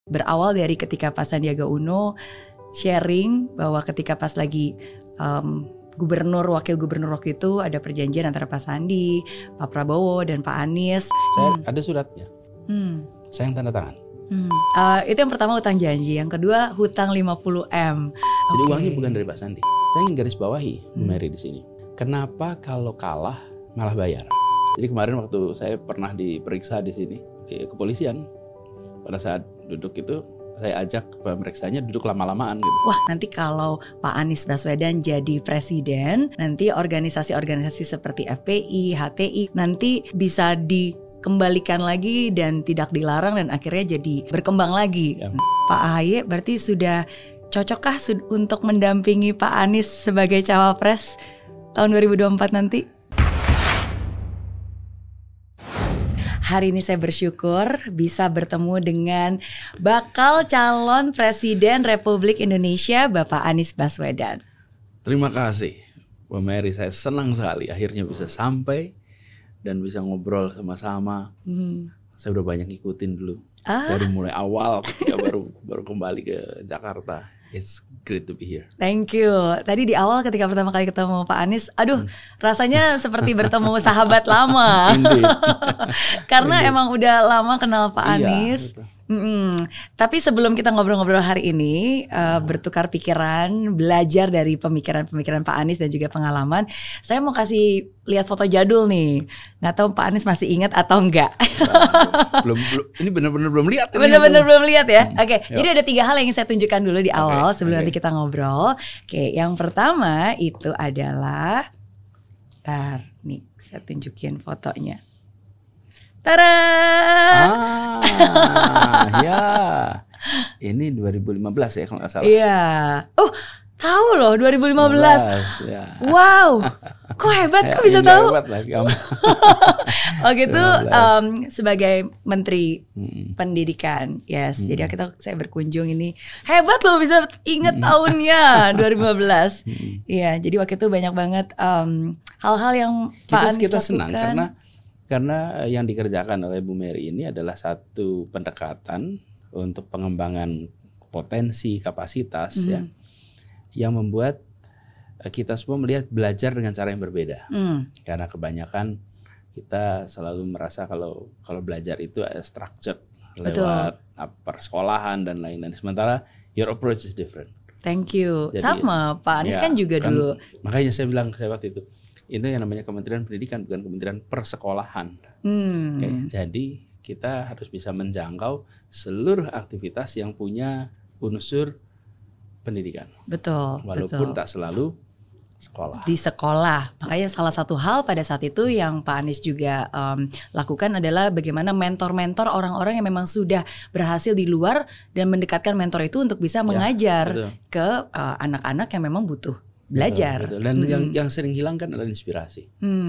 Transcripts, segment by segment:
Berawal dari ketika Pak Sandiaga Uno sharing bahwa ketika pas lagi gubernur, wakil gubernur waktu itu ada perjanjian antara Pak Sandi, Pak Prabowo dan Pak Anies. Saya ada suratnya. Saya yang tanda tangan. Itu yang pertama hutang janji, yang kedua hutang 50M. Jadi uangnya bukan dari Pak Sandi. Saya ingin garis bawahi Bu Mary di sini. Kenapa kalau kalah malah bayar? Jadi kemarin waktu saya pernah diperiksa di sini di kepolisian, pada saat duduk itu saya ajak pemeriksanya duduk lama-lamaan gitu. Wah, nanti kalau Pak Anies Baswedan jadi presiden, nanti organisasi-organisasi seperti FPI, HTI nanti bisa dikembalikan lagi dan tidak dilarang dan akhirnya jadi berkembang lagi. Ya. Pak AHY berarti sudah cocokkah untuk mendampingi Pak Anies sebagai cawapres tahun 2024 nanti? Hari ini saya bersyukur bisa bertemu dengan bakal calon Presiden Republik Indonesia Bapak Anies Baswedan. Terima kasih Bu Mary, saya senang sekali akhirnya bisa sampai dan bisa ngobrol sama-sama. Saya udah banyak ngikutin dulu dari mulai awal ketika baru kembali ke Jakarta. It's great to be here. Thank you. Tadi di awal ketika pertama kali ketemu Pak Anies, rasanya seperti bertemu sahabat lama. Karena emang udah lama kenal Pak Anies. Tapi sebelum kita ngobrol-ngobrol hari ini, bertukar pikiran, belajar dari pemikiran-pemikiran Pak Anies dan juga pengalaman, saya mau kasih lihat foto jadul nih. Nggak tahu Pak Anies masih ingat atau enggak. Belum, ini benar-benar belum lihat. Benar-benar belum lihat ya. Oke, jadi ada 3 hal yang ingin saya tunjukkan dulu di awal sebelum nanti kita ngobrol. Oke, yang pertama itu adalah, nih saya tunjukin fotonya. Tada! Ya, ini 2015 ya kalau nggak salah. Iya. Oh, tahu loh 2015. Ya. Wow, kok hebat, kok bisa tahu? Hebat lah kamu. Oh gitu, sebagai Menteri Pendidikan, yes. Jadi saya berkunjung ini, hebat loh bisa inget tahunnya 2015. Iya, jadi waktu itu banyak banget hal-hal yang Pak Anies kita lakukan. Senang karena yang dikerjakan oleh Bu Mary ini adalah satu pendekatan untuk pengembangan potensi kapasitas ya, yang membuat kita semua melihat belajar dengan cara yang berbeda. Karena kebanyakan kita selalu merasa kalau belajar itu structured lewat persekolahan dan lain-lain. Sementara your approach is different. Thank you. Jadi, sama Pak Anies kan juga dulu. Makanya saya bilang saya waktu itu, itu yang namanya Kementerian Pendidikan, bukan Kementerian Persekolahan. Jadi kita harus bisa menjangkau seluruh aktivitas yang punya unsur pendidikan. Betul. Walaupun tak selalu sekolah. Di sekolah. Makanya salah satu hal pada saat itu yang Pak Anies juga lakukan adalah bagaimana mentor-mentor orang-orang yang memang sudah berhasil di luar dan mendekatkan mentor itu untuk bisa mengajar ke anak-anak yang memang butuh belajar. Betul. Dan yang sering hilang kan adalah inspirasi.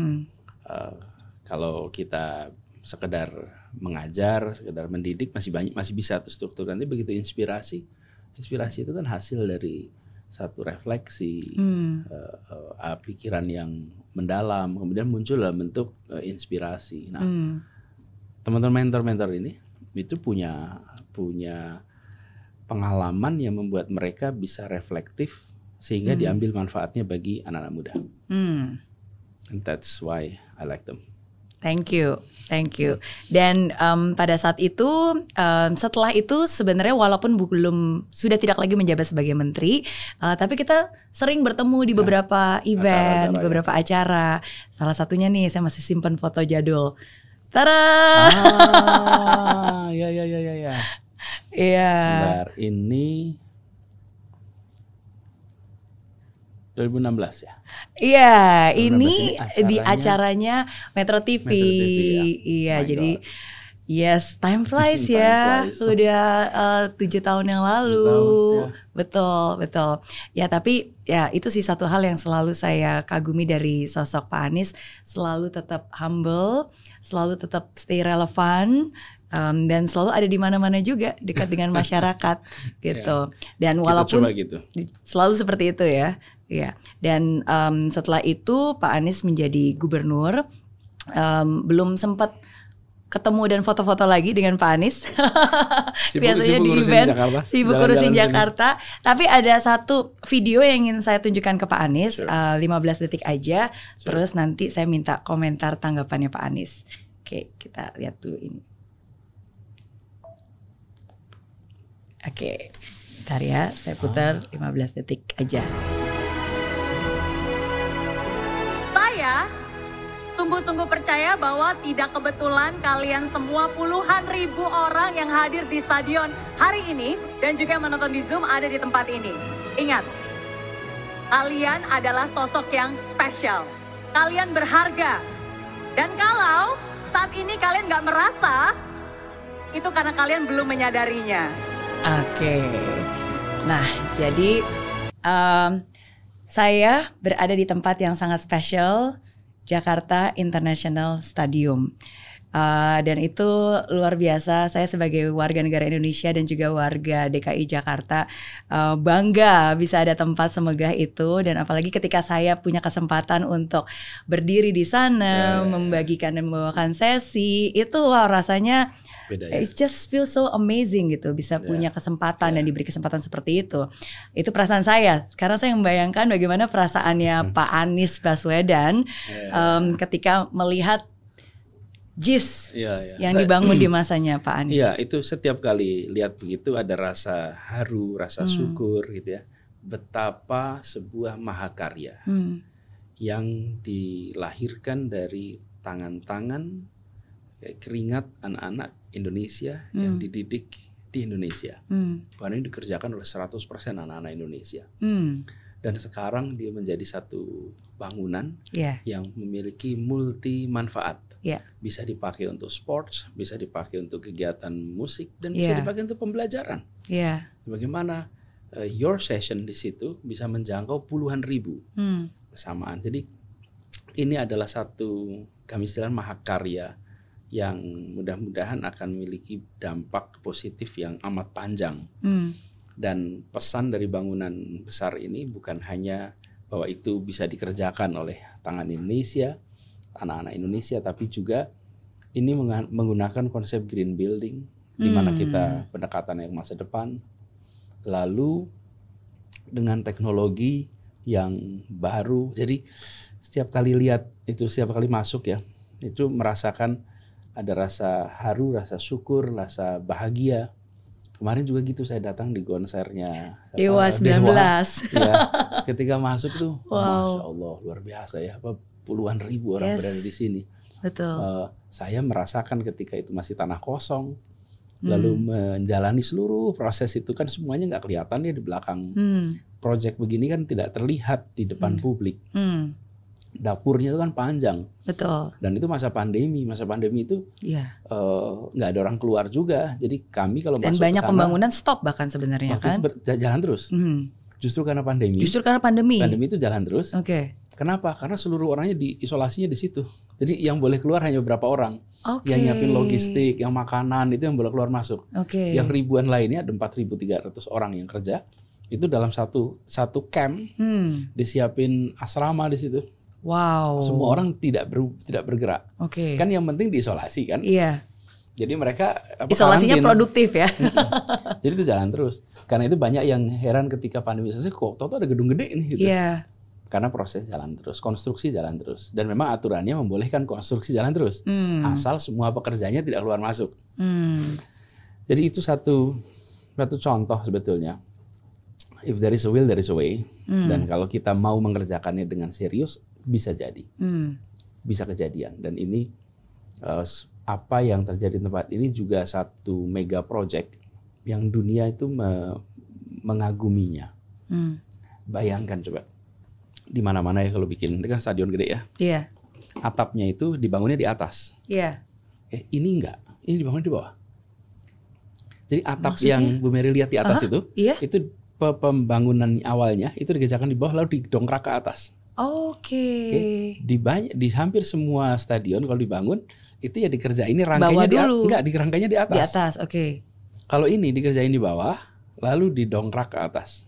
Kalau kita sekedar mengajar, sekedar mendidik masih bisa tuh struktur. Nanti begitu inspirasi itu kan hasil dari satu refleksi, pikiran yang mendalam, kemudian muncul dalam bentuk inspirasi. Nah, teman-teman mentor-mentor ini itu punya pengalaman yang membuat mereka bisa reflektif sehingga diambil manfaatnya bagi anak-anak muda. And that's why I like them. Thank you. Dan pada saat itu, setelah itu sebenarnya walaupun sudah tidak lagi menjabat sebagai menteri, tapi kita sering bertemu di beberapa event, beberapa acara. Salah satunya nih, saya masih simpan foto jadul. Tada! Ya. Iya. Sebentar, ini 2016 ya? Iya, ini di acaranya Metro TV. Iya, jadi yes, time flies ya. Sudah 7 tahun yang lalu. Betul. Ya, tapi ya itu sih satu hal yang selalu saya kagumi dari sosok Pak Anies, selalu tetap humble, selalu tetap stay relevan. Dan selalu ada di mana-mana juga, dekat dengan masyarakat gitu. Dan walaupun selalu seperti itu ya. Iya. Dan setelah itu Pak Anies menjadi gubernur, belum sempat ketemu dan foto-foto lagi dengan Pak Anies. Biasanya sibuk di ngurusin event Jakarta. sibuk ngurusin Jakarta. Tapi ada satu video yang ingin saya tunjukkan ke Pak Anies, 15 detik aja. Terus nanti saya minta komentar tanggapannya Pak Anies. Oke, kita lihat dulu ini. Oke, bentar ya, saya putar 15 detik aja. Saya sungguh-sungguh percaya bahwa tidak kebetulan kalian semua puluhan ribu orang yang hadir di stadion hari ini dan juga yang menonton di Zoom ada di tempat ini. Ingat, kalian adalah sosok yang spesial. Kalian berharga. Dan kalau saat ini kalian nggak merasa, itu karena kalian belum menyadarinya. Oke. Nah, jadi saya berada di tempat yang sangat spesial, Jakarta International Stadium. Dan itu luar biasa. Saya sebagai warga negara Indonesia dan juga warga DKI Jakarta bangga bisa ada tempat semegah itu. Dan apalagi ketika saya punya kesempatan untuk berdiri di sana, membagikan dan membawakan sesi, itu wah, rasanya beda, ya? It just feel so amazing gitu, bisa punya kesempatan dan diberi kesempatan seperti itu. Itu perasaan saya. Sekarang saya membayangkan bagaimana perasaannya Pak Anies Baswedan ketika melihat JIS yang dibangun di masanya Pak Anies. Iya, itu setiap kali lihat begitu ada rasa haru, rasa syukur gitu ya. Betapa sebuah mahakarya yang dilahirkan dari tangan-tangan keringat anak-anak Indonesia yang dididik di Indonesia. Bahkan ini dikerjakan oleh 100% anak-anak Indonesia. Dan sekarang dia menjadi satu bangunan yang memiliki multi manfaat. Bisa dipakai untuk sports, bisa dipakai untuk kegiatan musik, dan bisa dipakai untuk pembelajaran. Bagaimana your session di situ bisa menjangkau puluhan ribu bersamaan. Jadi ini adalah satu, kami istilah mahakarya yang mudah-mudahan akan memiliki dampak positif yang amat panjang. Dan pesan dari bangunan besar ini bukan hanya bahwa itu bisa dikerjakan oleh tangan Indonesia, anak-anak Indonesia, tapi juga ini menggunakan konsep green building, di mana kita pendekatan yang masa depan, lalu dengan teknologi yang baru. Jadi setiap kali lihat itu, setiap kali masuk ya, itu merasakan ada rasa haru, rasa syukur, rasa bahagia. Kemarin juga gitu, saya datang di konsernya Dewa 19. Ya, ketika masuk tuh, Masya Allah, luar biasa ya, puluhan ribu orang berada di sini. Betul. Saya merasakan ketika itu masih tanah kosong, lalu menjalani seluruh proses itu kan semuanya nggak kelihatan ya di belakang. Project begini kan tidak terlihat di depan publik. Dapurnya itu kan panjang. Betul. Dan itu masa pandemi. Masa pandemi itu nggak ada orang keluar juga. Jadi kami kalau dan masuk banyak kesana, pembangunan stop bahkan sebenarnya kan. Itu jalan terus. Justru karena pandemi. Pandemi itu jalan terus. Kenapa? Karena seluruh orangnya diisolasinya di situ. Jadi yang boleh keluar hanya beberapa orang. Yang nyiapin logistik, yang makanan itu yang boleh keluar masuk. Yang ribuan lainnya, ada 4.300 orang yang kerja. Itu dalam satu camp disiapin asrama di situ. Wow. Semua orang tidak bergerak. Kan yang penting diisolasi kan. Iya. Jadi mereka isolasinya produktif ya. Jadi itu jalan terus. Karena itu banyak yang heran ketika pandemi selesai, kok toto ada gedung gede nih gitu. Iya. Karena proses jalan terus, konstruksi jalan terus. Dan memang aturannya membolehkan konstruksi jalan terus. Asal semua pekerjanya tidak keluar masuk. Jadi itu satu contoh sebetulnya. If there is a will, there is a way. Dan kalau kita mau mengerjakannya dengan serius, bisa jadi. Bisa kejadian. Dan ini apa yang terjadi di tempat ini juga satu mega project yang dunia itu mengaguminya. Bayangkan coba. Di mana-mana ya kalau bikin, ini kan stadion gede ya. Iya. Atapnya itu dibangunnya di atas. Iya. Ini enggak, ini dibangun di bawah. Jadi atap maksudnya? Yang Bu Mary lihat di atas itu pembangunan awalnya itu dikerjakan di bawah lalu didongkrak ke atas. Di hampir semua stadion kalau dibangun itu ya dikerjain ini rangkainya dirangkainya di atas. Di atas, Kalau ini dikerjain di bawah lalu didongkrak ke atas.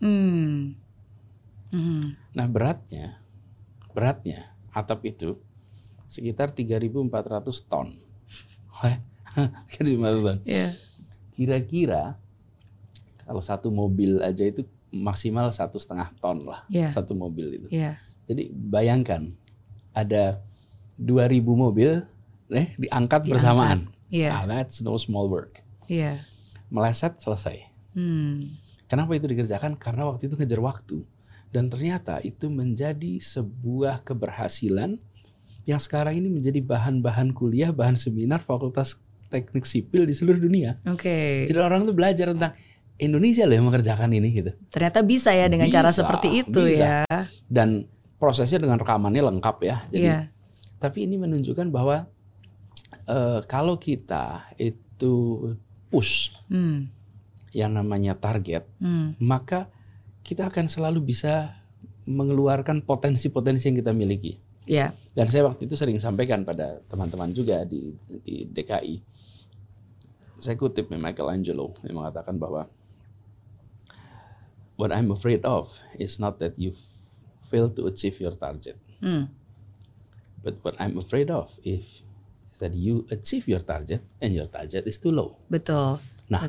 Nah beratnya atap itu sekitar 3.400 ton. Kan 500 ton. Iya. Kira-kira kalau satu mobil aja itu maksimal 1,5 ton lah, satu mobil itu. Jadi bayangkan ada 2.000 mobil diangkat bersamaan. That's no small work. Meleset selesai. Kenapa itu dikerjakan? Karena waktu itu ngejar waktu. Dan ternyata itu menjadi sebuah keberhasilan yang sekarang ini menjadi bahan-bahan kuliah, bahan seminar Fakultas Teknik Sipil di seluruh dunia. Jadi orang tuh belajar tentang Indonesia loh yang mengerjakan ini gitu. Ternyata bisa ya dengan cara seperti itu ya. Dan prosesnya dengan rekamannya lengkap ya. Jadi, tapi ini menunjukkan bahwa kalau kita itu push yang namanya target, maka kita akan selalu bisa mengeluarkan potensi-potensi yang kita miliki. Dan saya waktu itu sering sampaikan pada teman-teman juga di DKI. Saya kutip Michelangelo yang mengatakan bahwa what I'm afraid of is not that you fail to achieve your target. But what I'm afraid of is that you achieve your target and your target is too low. Betul. Nah,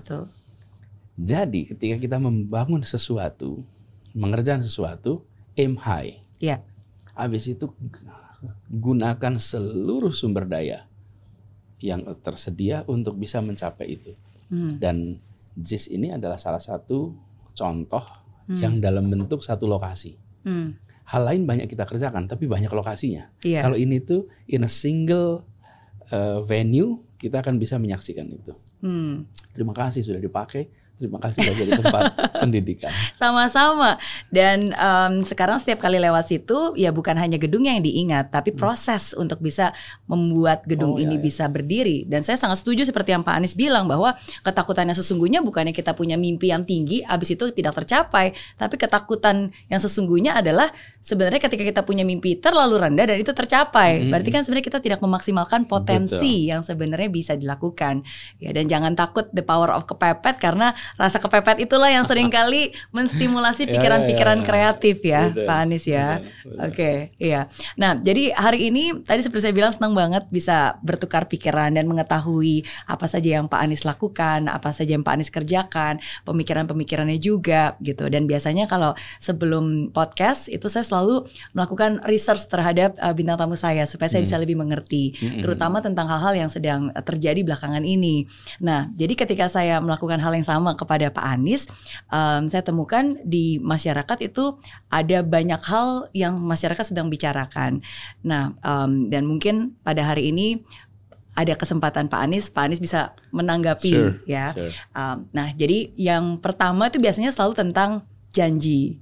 jadi ketika kita membangun sesuatu, mengerjakan sesuatu, aim high. Habis itu gunakan seluruh sumber daya yang tersedia untuk bisa mencapai itu. Dan JIS ini adalah salah satu contoh yang dalam bentuk satu lokasi. Hal lain banyak kita kerjakan, tapi banyak lokasinya. Kalau ini tuh in a single venue, kita akan bisa menyaksikan itu. Terima kasih sudah dipakai. Terima kasih sudah jadi tempat pendidikan. Sama-sama. Dan sekarang setiap kali lewat situ, ya bukan hanya gedung yang diingat, tapi proses untuk bisa membuat gedung ini bisa berdiri. Dan saya sangat setuju seperti yang Pak Anies bilang bahwa ketakutannya sesungguhnya bukannya kita punya mimpi yang tinggi, abis itu tidak tercapai. Tapi ketakutan yang sesungguhnya adalah sebenarnya ketika kita punya mimpi terlalu rendah dan itu tercapai. Berarti kan sebenarnya kita tidak memaksimalkan potensi yang sebenarnya bisa dilakukan. Ya, dan jangan takut the power of kepepet, karena rasa kepepet itulah yang seringkali menstimulasi pikiran-pikiran kreatif ya, Pak Anies ya. Oke, iya. Nah, jadi hari ini tadi seperti saya bilang senang banget bisa bertukar pikiran dan mengetahui apa saja yang Pak Anies lakukan, apa saja yang Pak Anies kerjakan, pemikiran-pemikirannya juga gitu. Dan biasanya kalau sebelum podcast itu saya selalu melakukan research terhadap bintang tamu saya supaya saya bisa lebih mengerti, terutama tentang hal-hal yang sedang terjadi belakangan ini. Nah, jadi ketika saya melakukan hal yang sama kepada Pak Anies, saya temukan di masyarakat itu ada banyak hal yang masyarakat sedang bicarakan. Nah, dan mungkin pada hari ini ada kesempatan Pak Anies bisa menanggapi ya. Nah, jadi yang pertama itu biasanya selalu tentang janji.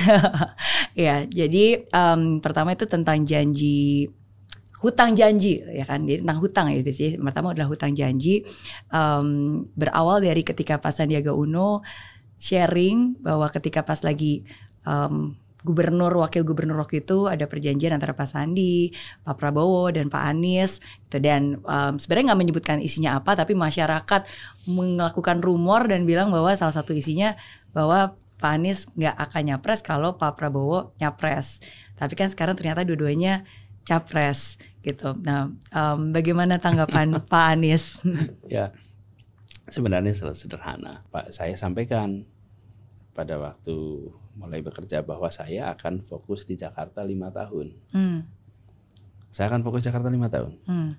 Ya, jadi pertama itu tentang janji. Hutang janji ya kan, jadi tentang hutang ya biasanya. Pertama adalah hutang janji, berawal dari ketika Pak Sandiaga Uno sharing bahwa ketika pas lagi gubernur, wakil gubernur waktu itu ada perjanjian antara Pak Sandi, Pak Prabowo dan Pak Anies gitu. Dan sebenarnya nggak menyebutkan isinya apa, tapi masyarakat melakukan rumor dan bilang bahwa salah satu isinya bahwa Pak Anies nggak akan nyapres kalau Pak Prabowo nyapres. Tapi kan sekarang ternyata dua-duanya capres gitu. Nah, bagaimana tanggapan Pak Anies? Ya, sebenarnya sederhana. Pak, saya sampaikan pada waktu mulai bekerja bahwa saya akan fokus di Jakarta 5 tahun. Saya akan fokus Jakarta 5 tahun.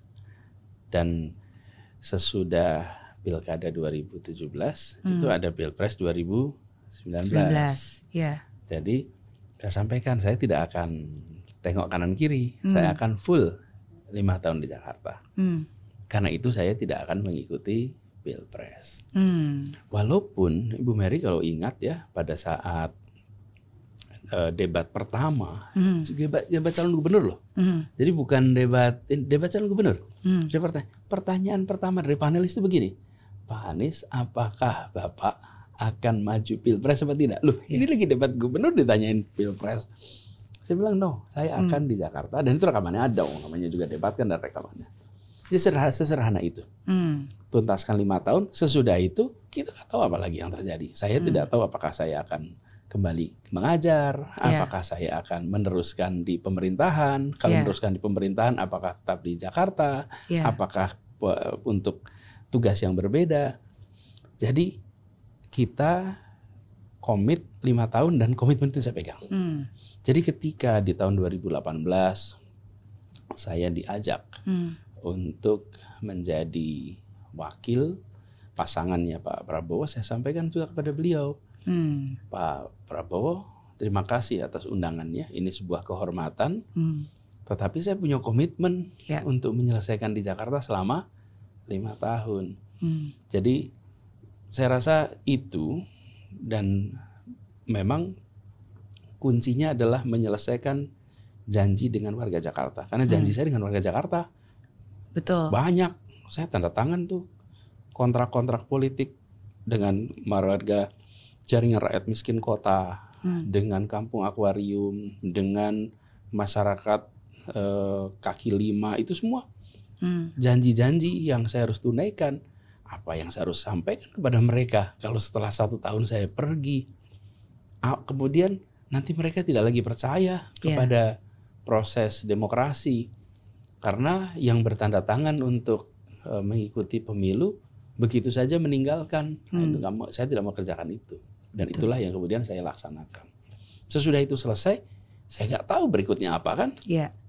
Dan sesudah Pilkada 2017 itu ada Pilpres 2019. Ya. Jadi saya sampaikan saya tidak akan tengok kanan kiri, saya akan full 5 tahun di Jakarta. Karena itu saya tidak akan mengikuti Pilpres. Walaupun Ibu Mary kalau ingat ya pada saat debat pertama, debat calon gubernur loh. Jadi bukan debat calon gubernur. Pertanyaan pertama dari panelis itu begini, Pak Anies, apakah Bapak akan maju Pilpres atau tidak? Loh, ini lagi debat gubernur ditanyain Pilpres. Saya bilang no, saya akan di Jakarta, dan itu rekamannya ada, namanya juga debat kan, dan rekamannya. Jadi sesederhana itu. Tuntaskan 5 tahun, sesudah itu kita nggak tahu apa lagi yang terjadi. Saya tidak tahu apakah saya akan kembali mengajar, apakah saya akan meneruskan di pemerintahan. Kalau meneruskan di pemerintahan, apakah tetap di Jakarta, apakah untuk tugas yang berbeda. Jadi kita komit 5 tahun dan komitmen itu saya pegang. Jadi ketika di tahun 2018 saya diajak untuk menjadi wakil pasangannya Pak Prabowo, saya sampaikan juga kepada beliau, Pak Prabowo, terima kasih atas undangannya. Ini sebuah kehormatan. Tetapi saya punya komitmen untuk menyelesaikan di Jakarta selama 5 tahun. Jadi saya rasa itu, dan memang kuncinya adalah menyelesaikan janji dengan warga Jakarta. Karena janji saya dengan warga Jakarta banyak. Saya tanda tangan tuh kontrak-kontrak politik dengan warga jaringan rakyat miskin kota, dengan kampung akuarium, dengan masyarakat kaki lima, itu semua janji-janji yang saya harus tunaikan. Apa yang saya harus sampaikan kepada mereka kalau setelah 1 tahun saya pergi, kemudian nanti mereka tidak lagi percaya kepada proses demokrasi, karena yang bertanda tangan untuk mengikuti pemilu begitu saja meninggalkan. Saya tidak mau kerjakan itu, dan itulah yang kemudian saya laksanakan. Sesudah itu selesai, saya nggak tahu berikutnya apa kan.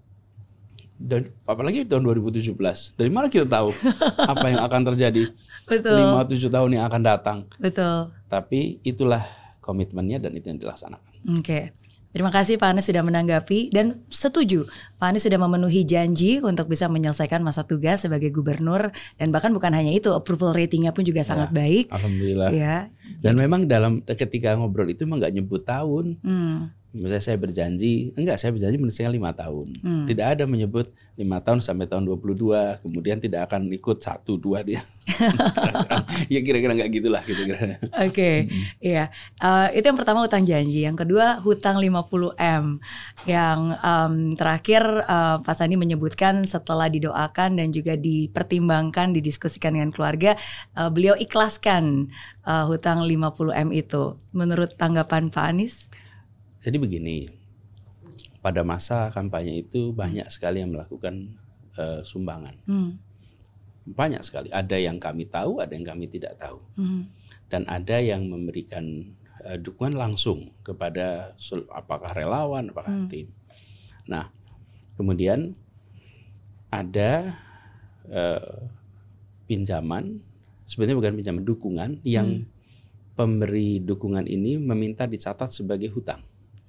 Dan apalagi tahun 2017, dari mana kita tahu apa yang akan terjadi 5-7 tahun yang akan datang. Tapi itulah komitmennya dan itu yang dilaksanakan. Terima kasih Pak Anies sudah menanggapi dan setuju. Pak Anies sudah memenuhi janji untuk bisa menyelesaikan masa tugas sebagai gubernur, dan bahkan bukan hanya itu, approval ratingnya pun juga sangat baik. Alhamdulillah. Dan memang ketika ngobrol itu memang nggak nyebut tahun. Misalnya saya berjanji menyelesaikan 5 tahun. Tidak ada menyebut 5 tahun sampai tahun 22, kemudian tidak akan ikut 1-2 dia. Ya kira-kira nggak gitulah kira-kira. Itu yang pertama, hutang janji. Yang kedua, hutang 50M. Yang terakhir Pak Sandi menyebutkan setelah didoakan dan juga dipertimbangkan, didiskusikan dengan keluarga, beliau ikhlaskan hutang 50M itu. Menurut tanggapan Pak Anies? Jadi begini, pada masa kampanye itu banyak sekali yang melakukan sumbangan. Banyak sekali. Ada yang kami tahu, ada yang kami tidak tahu. Dan ada yang memberikan dukungan langsung kepada apakah relawan, apakah tim. Nah, kemudian ada pinjaman, sebenarnya bukan pinjaman, dukungan yang pemberi dukungan ini meminta dicatat sebagai hutang.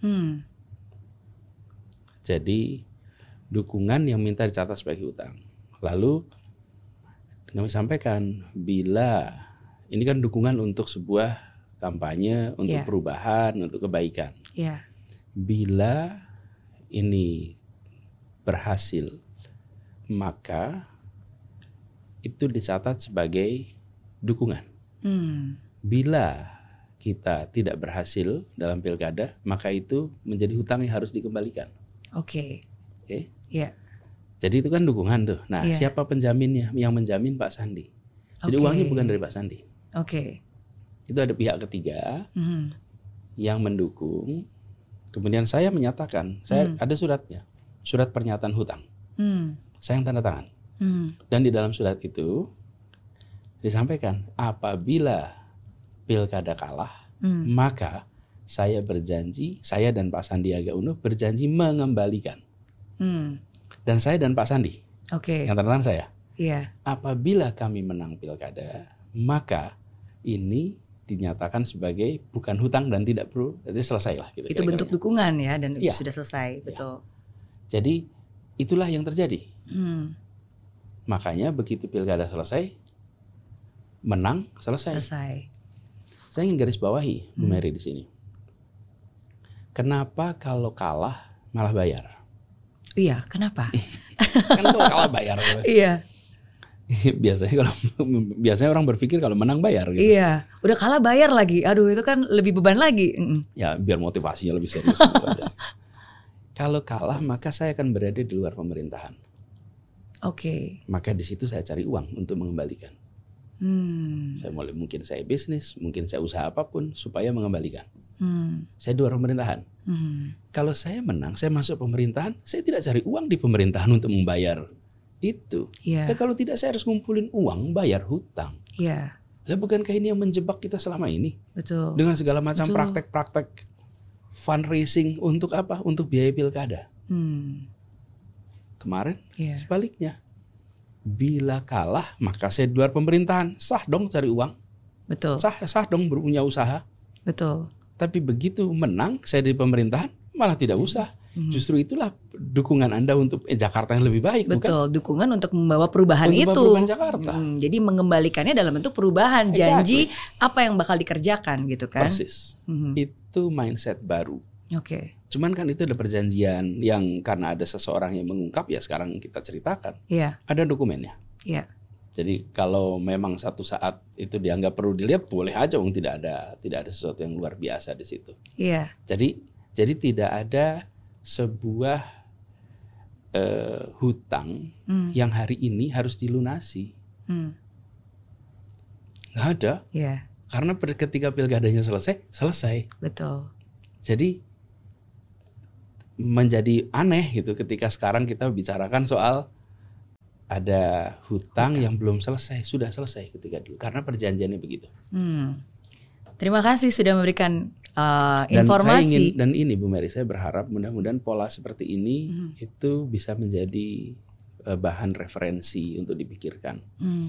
Jadi dukungan yang minta dicatat sebagai hutang. Lalu kami sampaikan, bila ini kan dukungan untuk sebuah kampanye, untuk perubahan, untuk kebaikan. Bila ini berhasil, maka itu dicatat sebagai dukungan. Bila kita tidak berhasil dalam pilkada, maka itu menjadi hutang yang harus dikembalikan. Jadi itu kan dukungan tuh. Nah, siapa penjaminnya? Yang menjamin Pak Sandi. Jadi uangnya bukan dari Pak Sandi. Itu ada pihak ketiga yang mendukung. Kemudian saya menyatakan, saya ada suratnya, surat pernyataan hutang. Saya yang tanda tangan. Dan di dalam surat itu disampaikan, apabila pilkada kalah, maka saya berjanji, saya dan Pak Sandiaga Uno berjanji mengembalikan. Dan saya dan Pak Sandi, yang tanda tangan saya, apabila kami menang pilkada, maka ini dinyatakan sebagai bukan hutang dan tidak perlu, jadi selesai lah. Gitu, itu bentuk dukungan ya, dan sudah selesai, betul. Jadi itulah yang terjadi. Makanya begitu pilkada selesai, menang, selesai. Saya ingin garis bawahi, Bu Mary di sini. Kenapa kalau kalah malah bayar? Kenapa? Kan kalau kalah bayar. Biasanya orang berpikir kalau menang bayar. Gitu. Udah kalah bayar lagi. Aduh, itu kan lebih beban lagi. Ya, biar motivasinya lebih serius. Kalau kalah maka saya akan berada di luar pemerintahan. Maka di situ saya cari uang untuk mengembalikan. Mungkin saya bisnis, mungkin saya usaha apapun supaya mengembalikan. Saya di luar pemerintahan. Kalau saya menang, saya masuk pemerintahan, saya tidak cari uang di pemerintahan untuk membayar itu. Yeah. Nah, kalau tidak saya harus ngumpulin uang bayar hutang. Yeah. Lah bukankah ini yang menjebak kita selama ini? Betul. Dengan segala macam praktek-praktek fundraising untuk apa? Untuk biaya pilkada. Kemarin sebaliknya. Bila kalah maka saya di luar pemerintahan, sah dong cari uang. Betul. Sah dong punya usaha. Betul. Tapi begitu menang saya di pemerintahan malah tidak usah. Justru itulah dukungan Anda untuk Jakarta yang lebih baik. Betul, bukan? Dukungan untuk membawa perubahan untuk itu. Perubahan Jakarta. Jadi mengembalikannya dalam bentuk perubahan, janji apa yang bakal dikerjakan gitu kan. Persis. Itu mindset baru. Oke. Cuman kan itu ada perjanjian yang karena ada seseorang yang mengungkap ya sekarang kita ceritakan. Iya. Ada dokumennya. Iya. Jadi kalau memang satu saat itu dianggap perlu dilihat, boleh aja, tidak ada sesuatu yang luar biasa di situ. Iya. Jadi tidak ada sebuah hutang yang hari ini harus dilunasi. Nggak ada. Iya. Karena ketika pilkadanya selesai. Betul. Jadi menjadi aneh gitu ketika sekarang kita bicarakan soal ada hutang yang belum selesai, sudah selesai ketika dulu. Karena perjanjiannya begitu. Terima kasih sudah memberikan informasi. Dan ini Bu Mary, saya berharap mudah-mudahan pola seperti ini itu bisa menjadi bahan referensi untuk dipikirkan.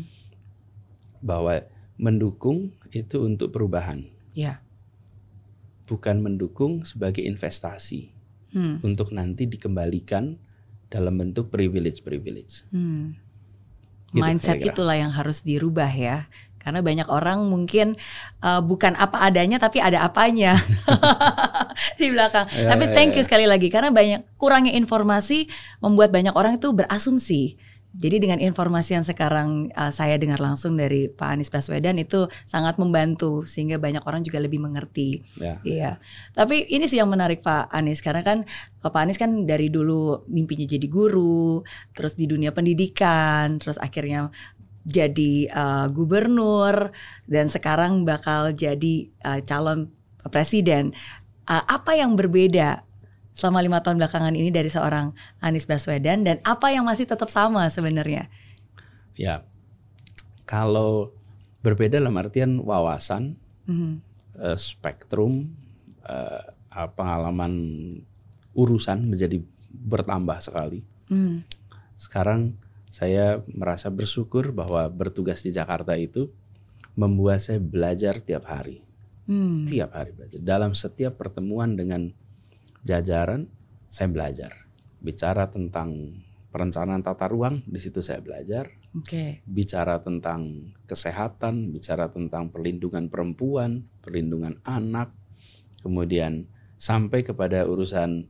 Bahwa mendukung itu untuk perubahan. Ya. Bukan mendukung sebagai investasi untuk nanti dikembalikan dalam bentuk privilege. Gitu, mindset kira-kira. Itulah yang harus dirubah ya. Karena banyak orang mungkin bukan apa adanya tapi ada apanya di belakang. Tapi thank you sekali lagi karena banyak kurangnya informasi membuat banyak orang itu berasumsi. Jadi dengan informasi yang sekarang saya dengar langsung dari Pak Anies Baswedan itu sangat membantu sehingga banyak orang juga lebih mengerti. Iya. Tapi ini sih yang menarik Pak Anies karena kan Pak Anies kan dari dulu mimpinya jadi guru, terus di dunia pendidikan, terus akhirnya jadi gubernur dan sekarang bakal jadi calon presiden. Apa yang berbeda selama 5 tahun belakangan ini dari seorang Anies Baswedan dan apa yang masih tetap sama sebenarnya? Ya, kalau berbeda dalam artian wawasan, spektrum, pengalaman urusan menjadi bertambah sekali. Sekarang saya merasa bersyukur bahwa bertugas di Jakarta itu membuat saya belajar tiap hari. Tiap hari belajar. Dalam setiap pertemuan dengan jajaran, saya belajar. Bicara tentang perencanaan tata ruang, di situ saya belajar. Bicara tentang kesehatan, bicara tentang perlindungan perempuan, perlindungan anak, kemudian sampai kepada urusan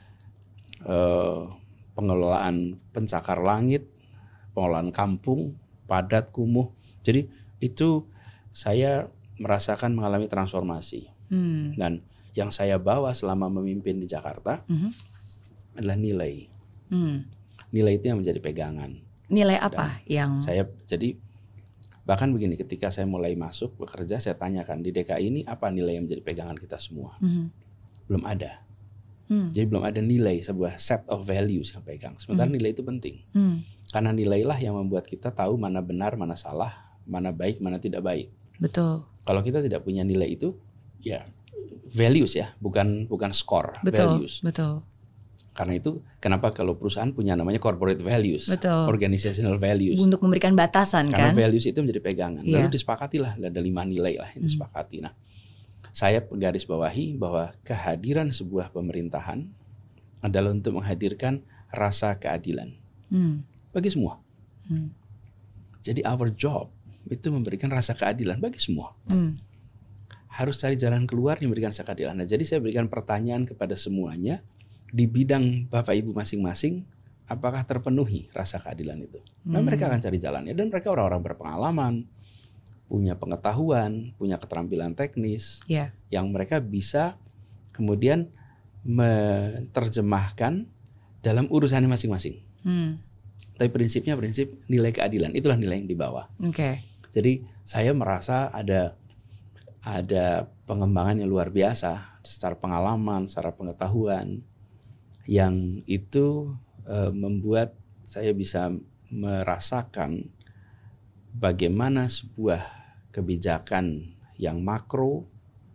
pengelolaan pencakar langit, pengelolaan kampung, padat, kumuh. Jadi itu saya merasakan mengalami transformasi. Dan yang saya bawa selama memimpin di Jakarta adalah nilai. Nilai itu yang menjadi pegangan. Nilai apa yang saya jadi bahkan begini, ketika saya mulai masuk bekerja, saya tanyakan di DKI ini apa nilai yang menjadi pegangan kita semua. Belum ada. Jadi belum ada nilai, sebuah set of values yang pegang. Sementara nilai itu penting. Karena nilailah yang membuat kita tahu mana benar, mana salah, mana baik, mana tidak baik. Betul. Kalau kita tidak punya nilai itu, ya values ya, bukan skor, values. Betul. Karena itu kenapa kalau perusahaan punya namanya corporate values, betul, organizational values. Untuk memberikan batasan. Karena kan. values itu menjadi pegangan. Yeah. Lalu disepakatilah ada 5 nilai lah yang disepakati. Nah, saya garis bawahi bahwa kehadiran sebuah pemerintahan adalah untuk menghadirkan rasa keadilan bagi semua. Jadi our job itu memberikan rasa keadilan bagi semua. Harus cari jalan keluar yang memberikan rasa keadilan. Nah, jadi saya berikan pertanyaan kepada semuanya di bidang Bapak Ibu masing-masing, apakah terpenuhi rasa keadilan itu? Nah, mereka akan cari jalannya dan mereka orang-orang berpengalaman, punya pengetahuan, punya keterampilan teknis, yang mereka bisa kemudian menerjemahkan dalam urusannya masing-masing. Tapi prinsipnya prinsip nilai keadilan, itulah nilai yang dibawa. Jadi saya merasa ada pengembangan yang luar biasa secara pengalaman, secara pengetahuan yang itu membuat saya bisa merasakan bagaimana sebuah kebijakan yang makro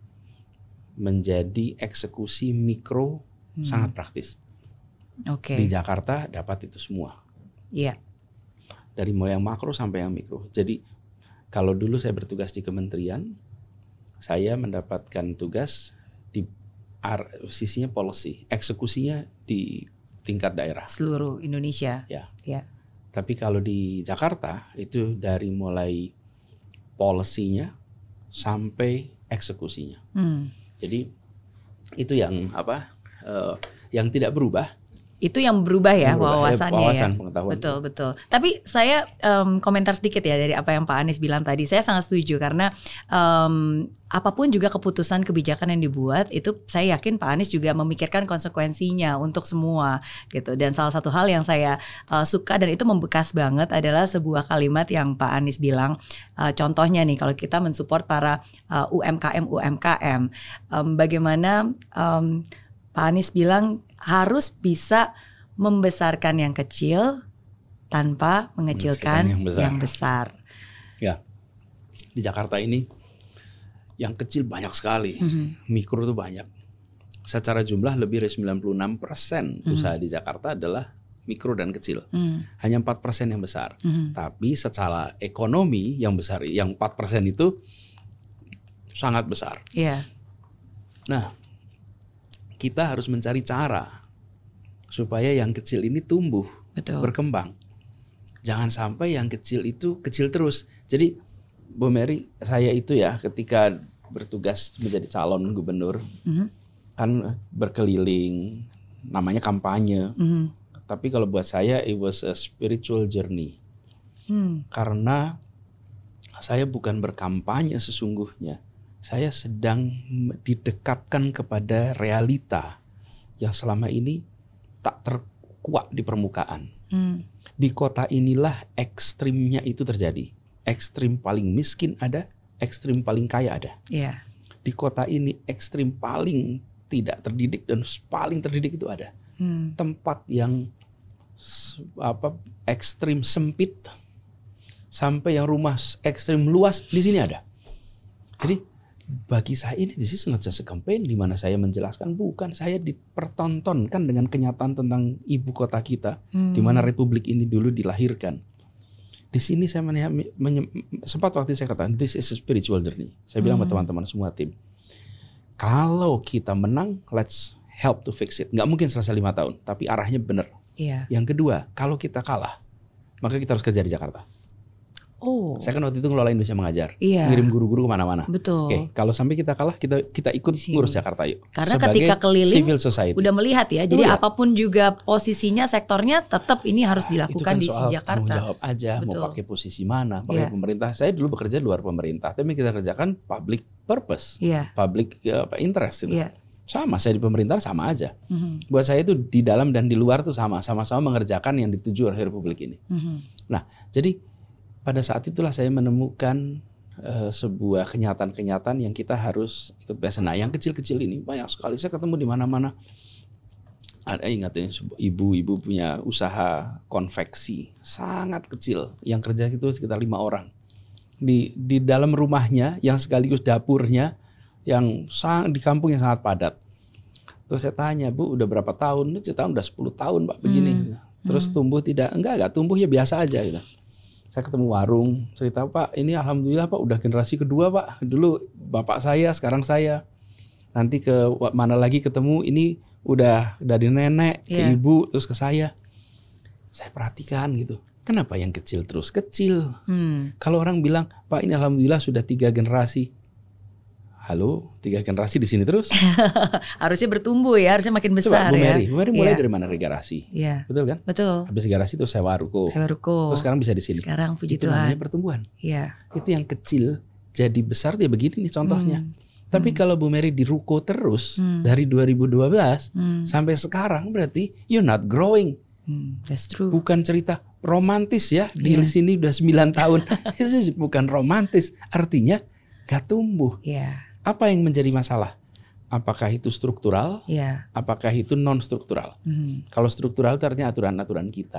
menjadi eksekusi mikro sangat praktis. Oke. Di Jakarta dapat itu semua. Iya. Dari mulai yang makro sampai yang mikro. Jadi kalau dulu saya bertugas di kementerian, saya mendapatkan tugas di sisinya policy, eksekusinya di tingkat daerah. Seluruh Indonesia. Ya. Ya. Tapi kalau di Jakarta itu dari mulai policy-nya sampai eksekusinya. Jadi itu yang yang tidak berubah. Itu yang berubah ya, wawasannya wawasan, ya. pengetahuan. Betul. Tapi saya komentar sedikit ya dari apa yang Pak Anies bilang tadi. Saya sangat setuju karena apapun juga keputusan kebijakan yang dibuat itu saya yakin Pak Anies juga memikirkan konsekuensinya untuk semua gitu. Dan salah satu hal yang saya suka dan itu membekas banget adalah sebuah kalimat yang Pak Anies bilang. Contohnya nih kalau kita mensupport para UMKM, bagaimana Pak Anies bilang harus bisa membesarkan yang kecil tanpa mengecilkan yang besar. Ya, di Jakarta ini yang kecil banyak sekali, mikro itu banyak. Secara jumlah lebih dari 96% usaha di Jakarta adalah mikro dan kecil. Hanya 4% yang besar. Tapi secara ekonomi yang besar, yang 4% itu sangat besar. Yeah. Nah, kita harus mencari cara supaya yang kecil ini tumbuh, berkembang. Jangan sampai yang kecil itu kecil terus. Jadi Bu Mary, saya itu ya ketika bertugas menjadi calon gubernur, kan berkeliling, namanya kampanye. Tapi kalau buat saya it was a spiritual journey. Karena saya bukan berkampanye sesungguhnya. Saya sedang didekatkan kepada realita yang selama ini tak terkuat di permukaan. Di kota inilah ekstrimnya itu terjadi. Ekstrim paling miskin ada, ekstrim paling kaya ada. Yeah. Di kota ini ekstrim paling tidak terdidik dan paling terdidik itu ada. Tempat yang ekstrim sempit sampai yang rumah ekstrim luas di sini ada. Jadi bagi saya ini this is not just a campaign di mana saya menjelaskan, bukan, saya dipertontonkan dengan kenyataan tentang ibu kota kita, di mana republik ini dulu dilahirkan. Di sini saya sempat waktu saya katakan this is a spiritual journey. Saya bilang sama teman-teman semua tim, kalau kita menang, let's help to fix it. Nggak mungkin selesai 5 tahun, tapi arahnya benar. Yeah. Yang kedua, kalau kita kalah, maka kita harus kerja di Jakarta. Oh. Saya kan waktu itu ngelola Indonesia Mengajar, Iya. ngirim guru-guru kemana-mana. Betul. Oke, kalau sampai kita kalah, kita ikut ngurus Jakarta yuk. Karena sebagai ketika keliling, civil society. udah melihat ya. Jadi apapun juga posisinya, sektornya tetap ini harus dilakukan itu kan di soal Jakarta. tanggung jawab aja, Betul. mau pakai posisi mana, pakai pemerintah. Saya dulu bekerja luar pemerintah, tapi kita kerjakan public purpose, public interest itu. Sama, saya di pemerintahan sama aja. Buat saya itu di dalam dan di luar tuh sama-sama mengerjakan yang dituju oleh republik ini. Nah, jadi pada saat itulah saya menemukan sebuah kenyataan-kenyataan yang kita harus ikut biasa. Nah, yang kecil-kecil ini banyak sekali. Saya ketemu di mana-mana. Ada ingatnya ibu-ibu punya usaha konveksi sangat kecil. Yang kerja itu sekitar 5 orang. Di dalam rumahnya yang sekaligus dapurnya yang di kampung yang sangat padat. Terus saya tanya, Bu, udah berapa tahun? Saya tahu udah 10 tahun, Pak, begini. Terus tumbuh tidak? Enggak tumbuh, ya biasa aja gitu. Saya ketemu warung, cerita, Pak, ini alhamdulillah Pak udah generasi kedua, Pak. Dulu bapak saya, sekarang saya. Nanti ke mana lagi ketemu, ini udah dari nenek ke ibu, terus ke saya. Saya perhatikan gitu. Kenapa yang kecil terus kecil? Kalau orang bilang, Pak, ini alhamdulillah sudah 3 generasi. Halo, 3 generasi di sini terus? Harusnya bertumbuh ya, harusnya makin besar. Coba, ya. Bu Mary mulai dari mana garasi? Betul kan? Betul. Habis garasi itu sewa ruko. Terus sekarang bisa di sini. Sekarang puji itu Tuhan. namanya pertumbuhan. Itu yang kecil jadi besar, dia begini nih contohnya. Tapi kalau Bu Mary di ruko terus dari 2012 sampai sekarang, berarti you're not growing. That's true. Bukan cerita romantis ya, di sini udah 9 tahun. Itu bukan romantis, artinya gak tumbuh. Apa yang menjadi masalah? Apakah itu struktural? Apakah itu non struktural? Kalau struktural itu artinya aturan-aturan kita.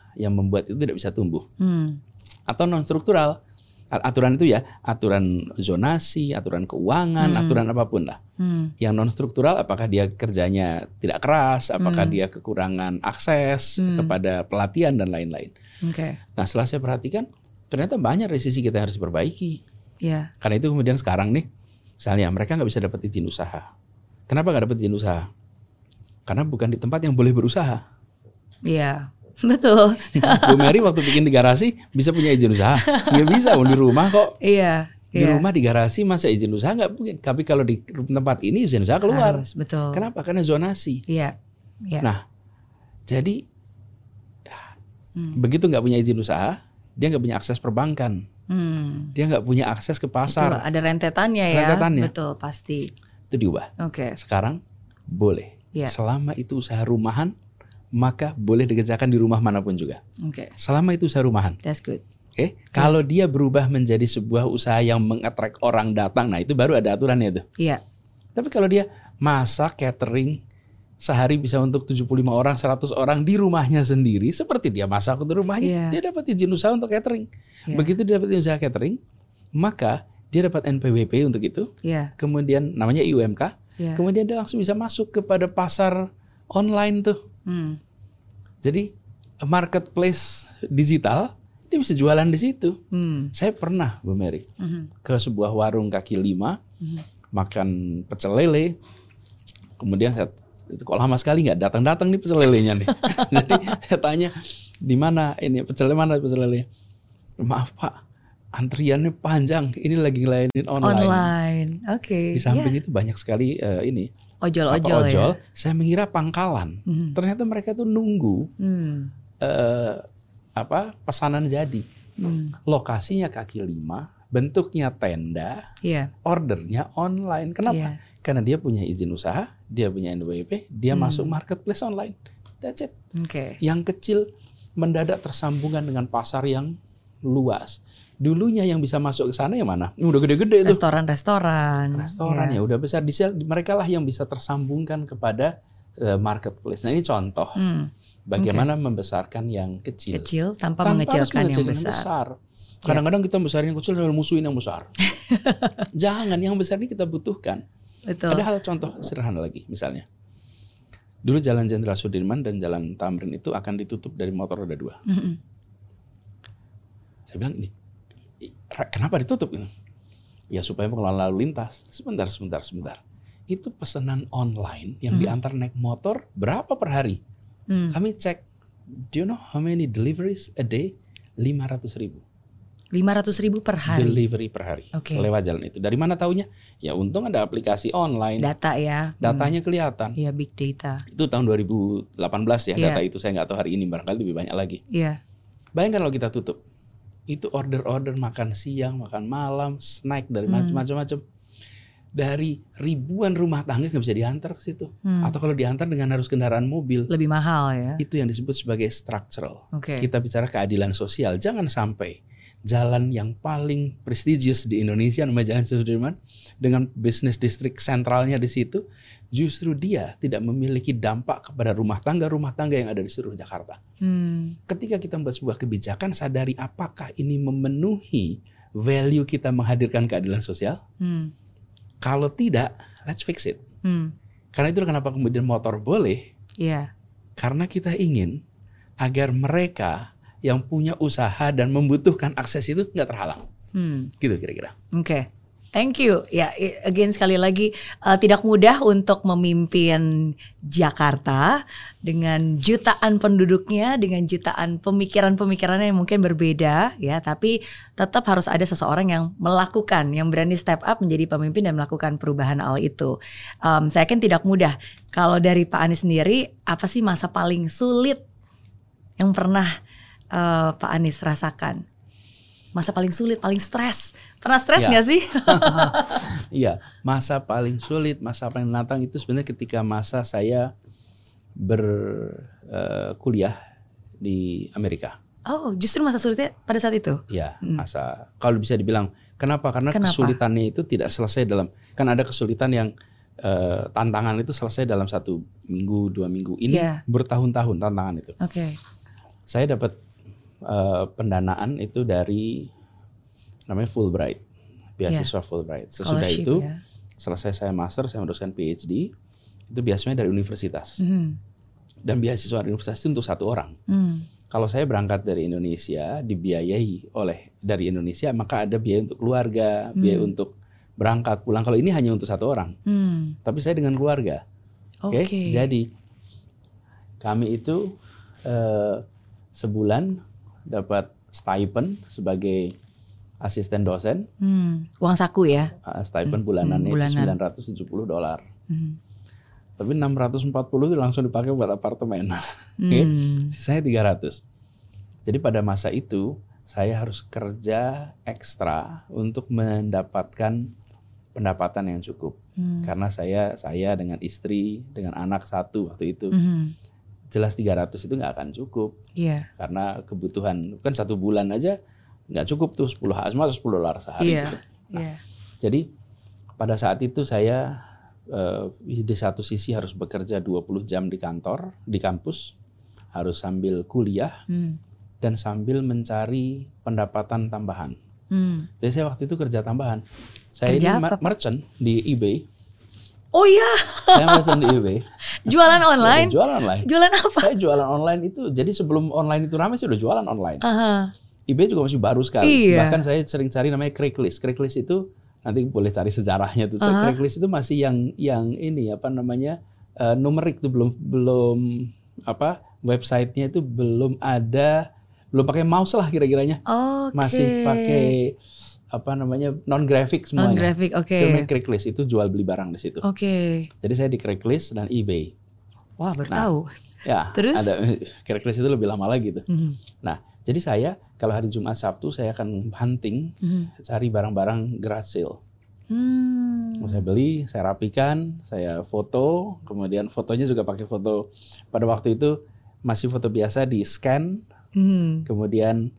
yang membuat itu tidak bisa tumbuh. Atau non struktural. Aturan itu ya, aturan zonasi, aturan keuangan, aturan apapun lah. Yang non struktural, apakah dia kerjanya tidak keras, apakah dia kekurangan akses kepada pelatihan dan lain-lain. Nah, setelah saya perhatikan, ternyata banyak dari sisi kita yang harus diperbaiki. Karena itu kemudian sekarang nih, misalnya mereka nggak bisa dapat izin usaha. Kenapa nggak dapat izin usaha? Karena bukan di tempat yang boleh berusaha. Iya. Betul. Bu Mary waktu bikin di garasi bisa punya izin usaha? Nggak bisa, di rumah kok. Iya. Di rumah di garasi masa izin usaha nggak mungkin. Tapi kalau di tempat ini izin usaha keluar. Harus, betul. Kenapa? Karena zonasi. Iya. Nah, jadi begitu nggak punya izin usaha, dia nggak punya akses perbankan. Dia nggak punya akses ke pasar. Betul, ada rentetannya ya. Rentetannya. Betul, pasti. Itu diubah. Sekarang boleh. Selama itu usaha rumahan, maka boleh dikerjakan di rumah manapun juga. Selama itu usaha rumahan. That's good. Kalau dia berubah menjadi sebuah usaha yang mengattract orang datang, nah itu baru ada aturannya itu. Tapi kalau dia masak catering sehari bisa untuk 75 orang, 100 orang di rumahnya sendiri, seperti dia masak untuk rumahnya, dia dapat izin usaha untuk catering. Begitu dia dapat izin usaha catering, maka dia dapat NPWP untuk itu. Kemudian namanya IUMK. Kemudian dia langsung bisa masuk kepada pasar online tuh. Jadi marketplace digital dia bisa jualan di situ. Saya pernah Bu Mary ke sebuah warung kaki lima makan pecel lele. Kemudian saya itu kok lama sekali nggak datang nih pecel lelenya nih. Jadi saya tanya di mana ini pecel lele? Maaf Pak, antriannya panjang. Ini lagi ngelayanin online. Di samping itu banyak sekali ini. Ojol ya? Saya mengira pangkalan. Ternyata mereka tuh nunggu pesanan jadi. Lokasinya kaki lima, bentuknya tenda, ordernya online. Kenapa? Karena dia punya izin usaha, dia punya NWP, dia masuk marketplace online. That's it. Yang kecil mendadak tersambungan dengan pasar yang luas. Dulunya yang bisa masuk ke sana yang mana? Udah gede-gede itu. Restoran ya udah besar. Mereka lah yang bisa tersambungkan kepada marketplace. Nah ini contoh bagaimana membesarkan yang kecil. Tanpa mengecilkan yang besar. Kadang-kadang kita besarin yang kecil sambil musuhin yang besar. Jangan, yang besar ini kita butuhkan. Betul. Ada hal contoh sederhana lagi, misalnya. Dulu Jalan Jenderal Sudirman dan Jalan Tamrin itu akan ditutup dari motor roda 2. Saya bilang ini, kenapa ditutup? Ya supaya pengelola lalu lintas. Sebentar. Itu pesanan online yang diantar naik motor berapa per hari? Kami cek, do you know how many deliveries a day? 500.000. 500.000 per hari? Delivery per hari. Lewat jalan itu. Dari mana taunya? Ya untung ada aplikasi online. Data ya. Datanya kelihatan. Iya, big data. Itu tahun 2018 ya data itu. Saya nggak tahu hari ini, barangkali lebih banyak lagi. Bayangkan kalau kita tutup. Itu order makan siang, makan malam, snack dari macam-macam. Dari ribuan rumah tangga nggak bisa diantar ke situ. Atau kalau diantar dengan harus kendaraan mobil. Lebih mahal ya. Itu yang disebut sebagai structural. Kita bicara keadilan sosial. Jangan sampai jalan yang paling prestigious di Indonesia namanya Jalan Sudirman dengan bisnis distrik sentralnya di situ, justru dia tidak memiliki dampak kepada rumah tangga yang ada di seluruh Jakarta. Ketika kita membuat sebuah kebijakan, sadari apakah ini memenuhi value kita menghadirkan keadilan sosial. Kalau tidak, let's fix it. Karena itu kenapa kemudian motor boleh. Karena kita ingin agar mereka yang punya usaha dan membutuhkan akses itu nggak terhalang. Gitu kira-kira. Thank you. Ya, again sekali lagi tidak mudah untuk memimpin Jakarta dengan jutaan penduduknya, dengan jutaan pemikiran-pemikirannya yang mungkin berbeda ya, tapi tetap harus ada seseorang yang melakukan, yang berani step up menjadi pemimpin dan melakukan perubahan hal itu. Saya yakin tidak mudah. Kalau dari Pak Anies sendiri, apa sih masa paling sulit yang pernah Pak Anies rasakan? Masa paling sulit, paling stres. Pernah stres nggak sih? Iya, masa paling sulit, masa paling menantang itu sebenarnya ketika masa saya berkuliah di Amerika. Oh, justru masa sulitnya pada saat itu? Iya, masa. Kalau bisa dibilang, kenapa? Karena kesulitannya itu tidak selesai dalam, kan ada kesulitan yang tantangan itu selesai dalam 1 minggu, 2 minggu. Ini bertahun-tahun tantangan itu. Saya dapat pendanaan itu dari namanya Fulbright, beasiswa Fulbright. Sesudah itu selesai saya master, saya meneruskan PhD, itu biasanya dari universitas. Dan beasiswa dari universitas itu untuk 1 orang. Kalau saya berangkat dari Indonesia, dibiayai dari Indonesia, maka ada biaya untuk keluarga, biaya untuk berangkat pulang. Kalau ini hanya untuk 1 orang, tapi saya dengan keluarga. Oke. Jadi kami itu sebulan dapat stipend sebagai asisten dosen. Uang saku ya? Stipend bulanannya itu $970. Tapi 640 itu langsung dipakai buat apartemen. Sisanya 300. Jadi pada masa itu saya harus kerja ekstra untuk mendapatkan pendapatan yang cukup. Karena saya dengan istri, dengan anak 1 waktu itu. Jelas 300 itu nggak akan cukup. Karena kebutuhan, kan 1 bulan aja nggak cukup tuh $10 sehari. Gitu. Nah, jadi pada saat itu saya di satu sisi harus bekerja 20 jam di kantor, di kampus, harus sambil kuliah dan sambil mencari pendapatan tambahan. Jadi saya waktu itu kerja tambahan. Saya ini merchant di eBay. Oh iya. Saya merchant di eBay. Jualan online? Jualan online. Jualan apa? Saya jualan online itu. Jadi sebelum online itu ramai saya udah jualan online. eBay juga masih baru sekali. Bahkan saya sering cari namanya Craigslist. Craigslist itu nanti boleh cari sejarahnya tuh. Craigslist itu masih yang ini apa namanya numerik tuh belum websitenya itu belum pakai mouse lah kira-kiranya. Masih pakai apa namanya non grafik semuanya. Non grafik, oke. Itu namanya Craigslist, itu jual beli barang di situ. Jadi saya di Craigslist dan eBay. Wah, baru tahu. Ya, terus ada Craigslist itu lebih lama lagi tuh. Nah, jadi saya kalau hari Jumat Sabtu saya akan hunting, cari barang-barang garage sale. Saya beli, saya rapikan, saya foto, kemudian fotonya juga pakai foto. Pada waktu itu masih foto biasa di scan, kemudian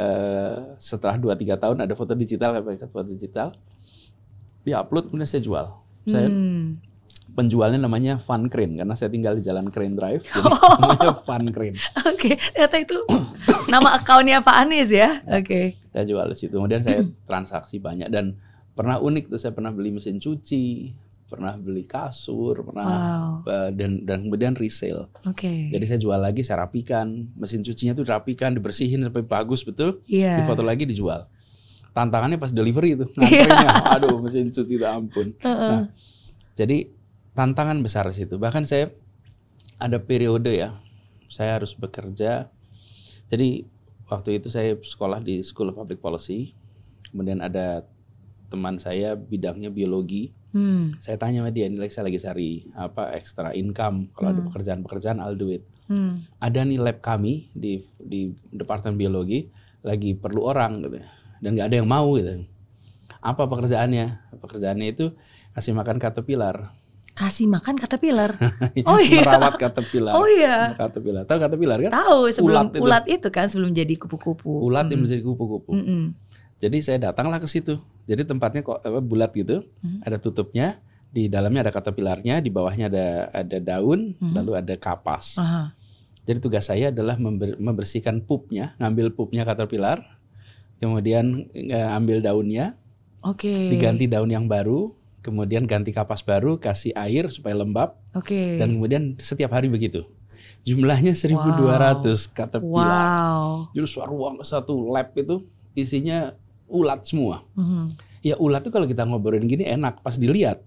setelah 2-3 tahun ada foto digital, saya pakai foto digital, di-upload kemudian saya jual. Saya penjualnya namanya Fun Crane karena saya tinggal di Jalan Crane Drive, jadi namanya Fun Crane. Ternyata itu nama akunnya Pak Anies ya. Saya jual di situ. Kemudian saya transaksi banyak dan pernah unik tuh, saya pernah beli mesin cuci, pernah beli kasur, pernah dan kemudian resale. Jadi saya jual lagi, saya rapikan, mesin cucinya tuh dirapikan, dibersihin sampai bagus betul, difoto lagi dijual. Tantangannya pas delivery itu, nganterinnya, aduh mesin cuci itu ampun. Nah, jadi tantangan besar di situ. Bahkan saya ada periode ya, saya harus bekerja. Jadi waktu itu saya sekolah di School of Public Policy. Kemudian ada teman saya bidangnya biologi. Saya tanya sama dia, nilai saya lagi cari extra income. Kalau ada pekerjaan-pekerjaan, I'll do it. Ada nih lab kami di Departemen Biologi lagi perlu orang gitu. Dan nggak ada yang mau gitu. Apa pekerjaannya? Pekerjaannya itu kasih makan caterpillar. Kasih makan caterpillar. Merawat caterpillar. Caterpillar. Tahu caterpillar kan? Tahu, sebelum ulat itu kan, sebelum jadi kupu-kupu. Ulat yang menjadi kupu-kupu. Jadi saya datanglah ke situ. Jadi tempatnya kok bulat gitu, ada tutupnya, di dalamnya ada caterpillarnya, di bawahnya ada daun, lalu ada kapas. Jadi tugas saya adalah membersihkan pupnya, ngambil pupnya caterpillar, kemudian ambil daunnya, diganti daun yang baru, kemudian ganti kapas baru, kasih air supaya lembab, dan kemudian setiap hari begitu. Jumlahnya 1.200 caterpillar. Jadi satu lab itu isinya ulat semua. Ya ulat tuh kalau kita ngobrolin gini enak pas dilihat.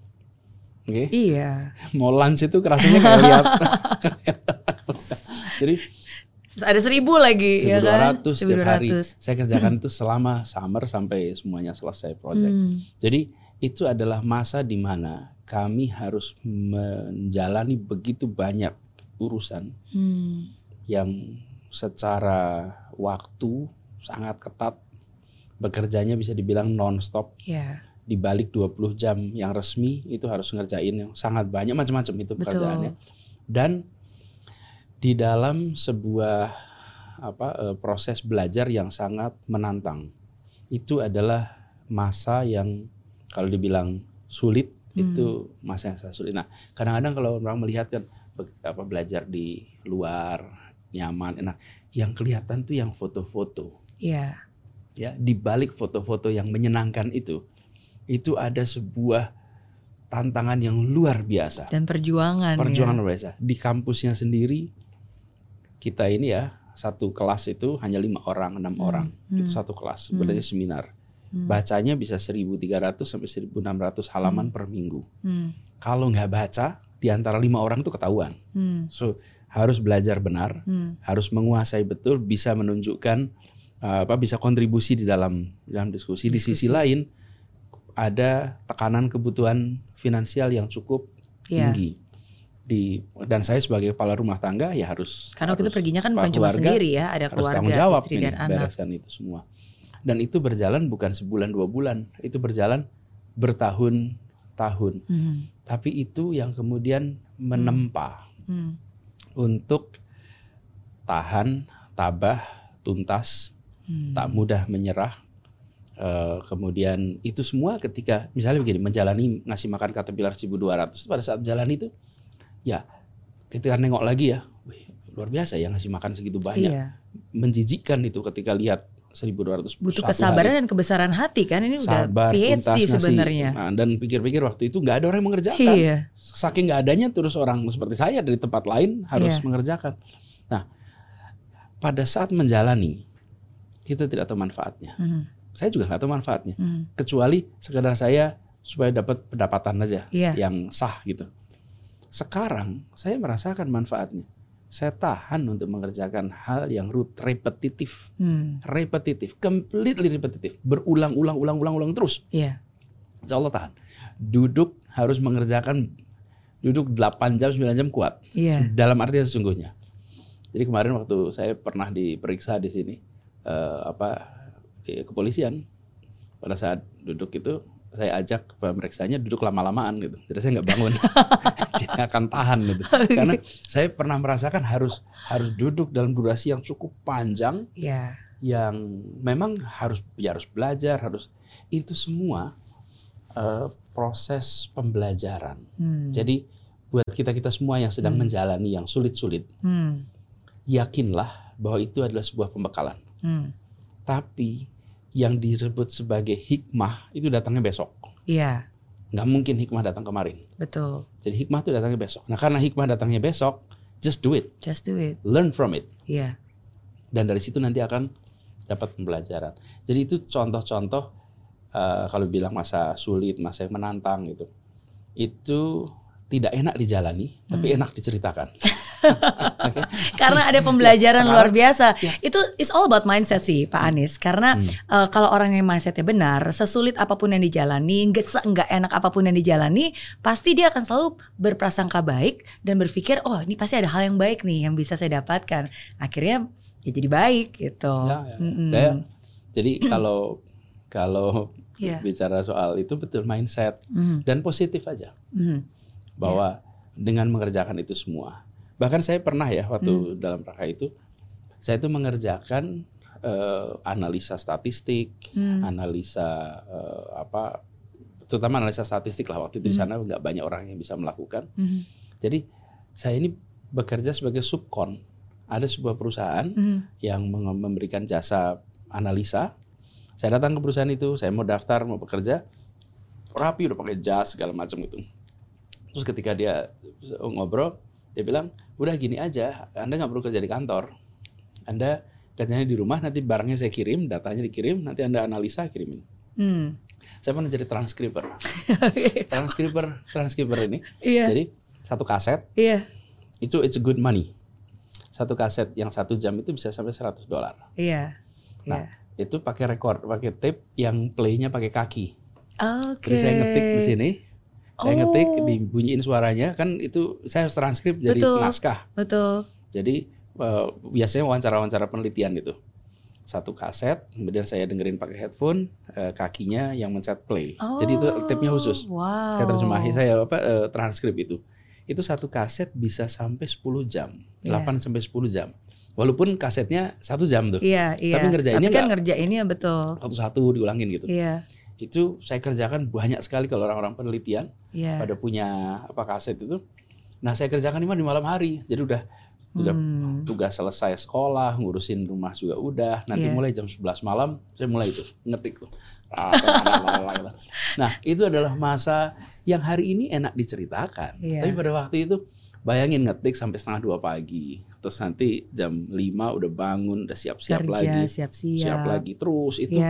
Iya. Mau lunch itu kerasanya kayak lihat. Jadi ada 1.000 lagi 1.200 ya kan? setiap hari. Saya kerjakan itu selama summer sampai semuanya selesai project. Jadi itu adalah masa di mana kami harus menjalani begitu banyak urusan yang secara waktu sangat ketat. Bekerjanya bisa dibilang non-stop. Di balik 20 jam yang resmi itu harus ngerjain yang sangat banyak, macam-macam itu pekerjaannya. Dan di dalam sebuah proses belajar yang sangat menantang. Itu adalah masa yang kalau dibilang sulit, itu masa yang sangat sulit. Nah, kadang-kadang kalau orang melihat kan belajar di luar nyaman, enak. Yang kelihatan tuh yang foto-foto. Iya. Ya, di balik foto-foto yang menyenangkan itu ada sebuah tantangan yang luar biasa. Dan perjuangan luar biasa. Di kampusnya sendiri kita ini ya, satu kelas itu hanya 5 orang, 6 orang. Itu satu kelas, sebenarnya seminar. Bacanya bisa 1.300 sampai 1.600 halaman per minggu. Kalau nggak baca, di antara 5 orang itu ketahuan. So, harus belajar benar, harus menguasai betul, bisa menunjukkan bisa kontribusi di dalam diskusi. Di sisi lain ada tekanan kebutuhan finansial yang cukup tinggi. Dan saya sebagai kepala rumah tangga ya harus, karena waktu itu perginya kan bukan cuma sendiri ya, ada keluarga, istri dan anak. Bereskan itu semua. Dan itu berjalan bukan sebulan 2 bulan, itu berjalan bertahun-tahun. Tapi itu yang kemudian menempa untuk tahan, tabah, tuntas, tak mudah menyerah. Kemudian itu semua ketika misalnya begini, menjalani ngasih makan Caterpillar 1.200, pada saat menjalani itu ya ketika nengok lagi ya, wih, luar biasa ya ngasih makan segitu banyak. Menjijikkan itu ketika lihat 1.200. Butuh kesabaran dan kebesaran hati kan, ini udah PhD sebenarnya. Nah, dan pikir-pikir waktu itu nggak ada orang yang mengerjakan. Saking nggak adanya, terus orang seperti saya dari tempat lain harus mengerjakan. Nah, pada saat menjalani kita tidak tahu manfaatnya. Saya juga nggak tahu manfaatnya, kecuali sekedar saya supaya dapat pendapatan aja yang sah gitu. Sekarang saya merasakan manfaatnya. Saya tahan untuk mengerjakan hal yang repetitif, completely repetitif, berulang-ulang terus. Insya Allah tahan. Duduk harus mengerjakan, duduk 8 jam, 9 jam kuat. Dalam arti sesungguhnya. Jadi kemarin waktu saya pernah diperiksa di sini, di kepolisian, pada saat duduk itu saya ajak pemeriksanya duduk lama-lamaan gitu. Jadi saya nggak bangun, dia akan tahan gitu. Karena saya pernah merasakan harus duduk dalam durasi yang cukup panjang, yang memang harus belajar, itu semua proses pembelajaran. Jadi buat kita semua yang sedang menjalani yang sulit-sulit, yakinlah bahwa itu adalah sebuah pembekalan. Tapi yang disebut sebagai hikmah itu datangnya besok. Nggak mungkin hikmah datang kemarin. Betul. Jadi hikmah itu datangnya besok. Nah, karena hikmah datangnya besok, just do it. Learn from it. Dan dari situ nanti akan dapat pembelajaran. Jadi itu contoh-contoh kalau bilang masa sulit, masa yang menantang gitu. Itu tidak enak dijalani, tapi enak diceritakan. Okay. Karena ada pembelajaran luar biasa. Itu is all about mindset sih Pak Anies. Karena kalau orang yang mindsetnya benar, sesulit apapun yang dijalani, nggak enak apapun yang dijalani, pasti dia akan selalu berprasangka baik dan berpikir, oh ini pasti ada hal yang baik nih yang bisa saya dapatkan. Akhirnya ya jadi baik gitu. Jadi kalau bicara soal itu betul mindset dan positif aja. Bahwa dengan mengerjakan itu semua. Bahkan saya pernah ya waktu dalam rangka itu, saya itu mengerjakan analisa statistik, analisa terutama analisa statistik lah, waktu itu di sana nggak banyak orang yang bisa melakukan. Jadi saya ini bekerja sebagai subkon. Ada sebuah perusahaan yang memberikan jasa analisa. Saya datang ke perusahaan itu, saya mau daftar, mau bekerja, rapi udah pakai jas segala macam gitu. Terus ketika dia ngobrol, dia bilang, udah gini aja, Anda nggak perlu kerja di kantor. Anda kerjanya di rumah, nanti barangnya saya kirim, datanya dikirim, nanti Anda analisa, kirimin. Saya pernah jadi transkriper. Transkriper ini. Jadi satu kaset, itu it's a good money. Satu kaset yang 1 jam itu bisa sampai $100. Nah, itu pakai record, pakai tape yang play-nya pakai kaki. Jadi saya ngetik di sini. Saya ngetik, dibunyiin suaranya, kan itu saya harus transkrip jadi naskah. Jadi biasanya wawancara-wawancara penelitian itu. Satu kaset, kemudian saya dengerin pakai headphone, kakinya yang mencet play. Jadi itu tape-nya khusus. Saya terjemahi, saya transkrip itu. Itu satu kaset bisa sampai 10 jam, 8 sampai 10 jam. Walaupun kasetnya 1 jam tuh. Tapi ngerjainnya ngerjainnya betul. Satu-satu diulangin gitu. Itu saya kerjakan banyak sekali kalau orang-orang penelitian pada punya kaset itu. Nah, saya kerjakan di malam hari. Jadi udah Udah tugas selesai sekolah, ngurusin rumah juga udah. Nanti mulai jam 11 malam saya mulai itu ngetik tuh. Nah, itu adalah masa yang hari ini enak diceritakan. Tapi pada waktu itu bayangin ngetik sampai 1:30 pagi. Terus nanti jam 5 udah bangun, udah siap-siap lagi. Siap lagi terus itu.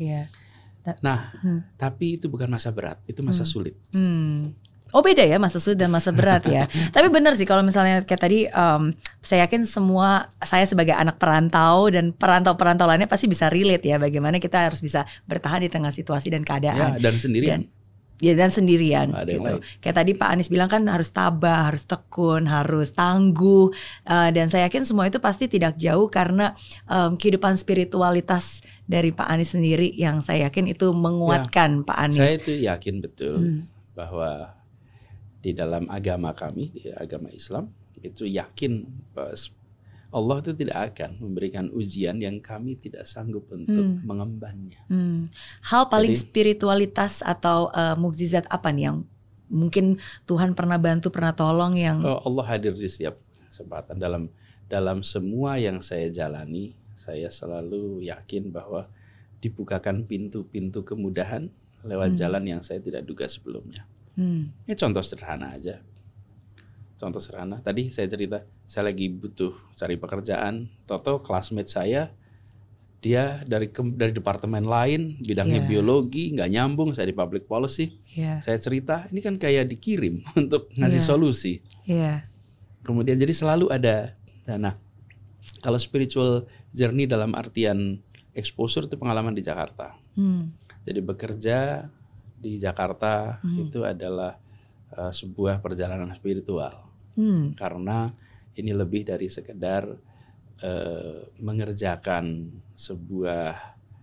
Nah, tapi itu bukan masa berat, itu masa sulit. Oh beda ya masa sulit dan masa berat ya. Tapi benar sih kalau misalnya kayak tadi saya yakin semua saya sebagai anak perantau dan perantau-perantau lainnya pasti bisa relate ya bagaimana kita harus bisa bertahan di tengah situasi dan keadaan. Ya, dan sendirian. Dan sendirian gitu. Kayak tadi Pak Anies bilang kan harus tabah, harus tekun, harus tangguh. Dan saya yakin semua itu pasti tidak jauh karena kehidupan spiritualitas dari Pak Anies sendiri yang saya yakin itu menguatkan Pak Anies. Saya itu yakin betul bahwa di dalam agama kami, di agama Islam, itu yakin bahwa Allah itu tidak akan memberikan ujian yang kami tidak sanggup untuk mengembannya. Hal paling spiritualitas atau mukjizat apa nih yang mungkin Tuhan pernah bantu, pernah tolong yang Allah hadir di setiap kesempatan. Dalam semua yang saya jalani, saya selalu yakin bahwa dibukakan pintu-pintu kemudahan lewat jalan yang saya tidak duga sebelumnya. Ini contoh sederhana aja. Contoh sederhana. Tadi saya cerita, saya lagi butuh cari pekerjaan. Toto classmate saya, dia dari departemen lain, bidangnya biologi, nggak nyambung. Saya di public policy. Saya cerita, ini kan kayak dikirim untuk ngasih solusi. Kemudian jadi selalu ada. Nah, kalau spiritual journey dalam artian exposure itu pengalaman di Jakarta. Jadi bekerja di Jakarta itu adalah sebuah perjalanan spiritual karena ini lebih dari sekedar mengerjakan sebuah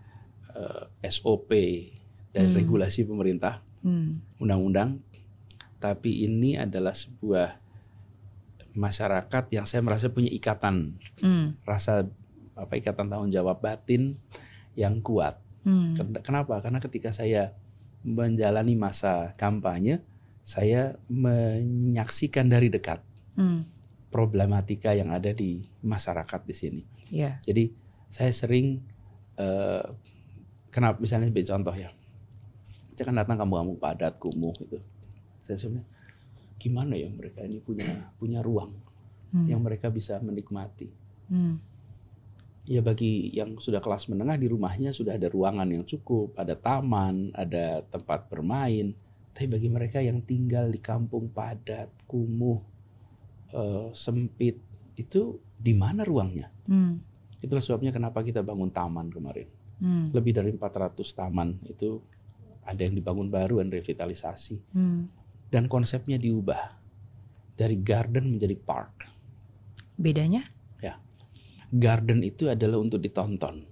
SOP dan regulasi pemerintah, undang-undang, tapi ini adalah sebuah masyarakat yang saya merasa punya ikatan, rasa ikatan tanggung jawab batin yang kuat. Kenapa? Karena ketika saya menjalani masa kampanye, saya menyaksikan dari dekat problematika yang ada di masyarakat di sini. Jadi saya sering, kenapa misalnya sebagai contoh ya, saya kan datang kampung-kampung padat, kumuh gitu. Saya sebenarnya gimana ya mereka ini punya ruang yang mereka bisa menikmati. Ya bagi yang sudah kelas menengah di rumahnya sudah ada ruangan yang cukup, ada taman, ada tempat bermain. Tapi bagi mereka yang tinggal di kampung padat, kumuh, sempit, itu di mana ruangnya? Itulah sebabnya kenapa kita bangun taman kemarin. Lebih dari 400 taman itu ada yang dibangun baru dan revitalisasi. Dan konsepnya diubah dari garden menjadi park. Bedanya? Garden itu adalah untuk ditonton.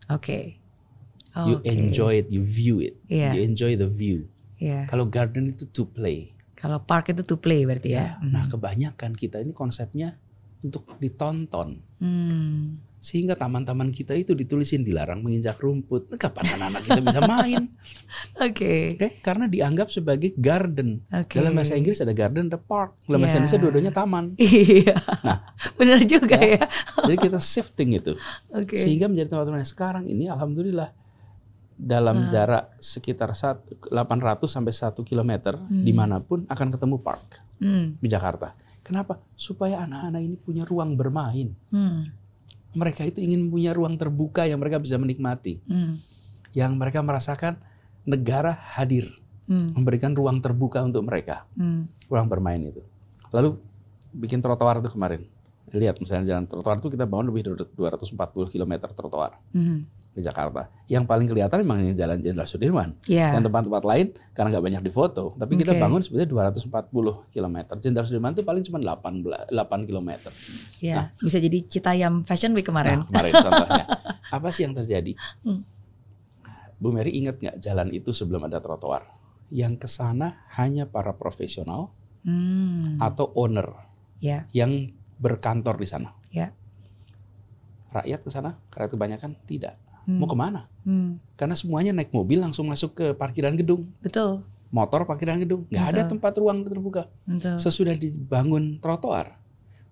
You Okay. enjoy it, you view it, you enjoy the view. Kalau garden itu to play. Kalau park itu to play berarti ya. Nah kebanyakan kita ini konsepnya untuk ditonton. Sehingga taman-taman kita itu ditulisin dilarang menginjak rumput. Kapan anak-anak kita bisa main? Karena dianggap sebagai garden. Dalam bahasa Inggris ada garden, ada park. Dalam bahasa Indonesia dua-duanya taman. Nah, benar juga ya. Jadi kita shifting itu. Sehingga menjadi tempat-tempat yang sekarang ini alhamdulillah dalam jarak sekitar 800 sampai 1 kilometer dimanapun akan ketemu park di Jakarta. Kenapa? Supaya anak-anak ini punya ruang bermain. Mereka itu ingin punya ruang terbuka yang mereka bisa menikmati. Yang mereka merasakan negara hadir. Memberikan ruang terbuka untuk mereka. Ruang bermain itu. Lalu bikin trotoar itu kemarin. Lihat misalnya jalan trotoar itu kita bangun lebih dari 240 km trotoar di Jakarta. Yang paling kelihatan memang Jalan Jenderal Sudirman. Yang tempat-tempat lain karena nggak banyak difoto. Tapi kita bangun sebetulnya 240 km. Jenderal Sudirman itu paling cuma 8 km. Nah, bisa jadi Citayam Fashion Week kemarin. Kemarin contohnya. Apa sih yang terjadi? Bu Mary ingat nggak jalan itu sebelum ada trotoar? Yang kesana hanya para profesional atau owner yang berkantor di sana. Rakyat ke sana, rakyat kebanyakan tidak. Mau kemana? Karena semuanya naik mobil langsung masuk ke parkiran gedung. Betul. Motor parkiran gedung. Nggak ada tempat ruang terbuka. Sesudah dibangun trotoar,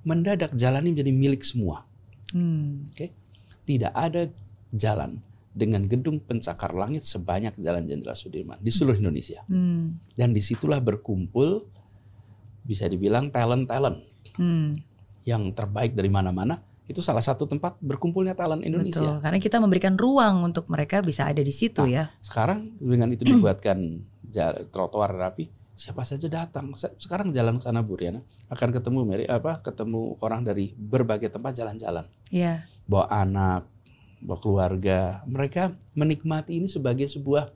mendadak jalan ini menjadi milik semua. Oke? Tidak ada jalan dengan gedung pencakar langit sebanyak Jalan Jenderal Sudirman di seluruh Indonesia. Dan disitulah berkumpul, bisa dibilang talent-talent yang terbaik dari mana-mana. Itu salah satu tempat berkumpulnya talent Indonesia. Betul, karena kita memberikan ruang untuk mereka bisa ada di situ ya. Sekarang dengan itu dibuatkan trotoar rapi, siapa saja datang. Sekarang jalan ke sana Bu Riana, akan ketemu ketemu orang dari berbagai tempat jalan-jalan. Iya. Bawa anak, bawa keluarga. Mereka menikmati ini sebagai sebuah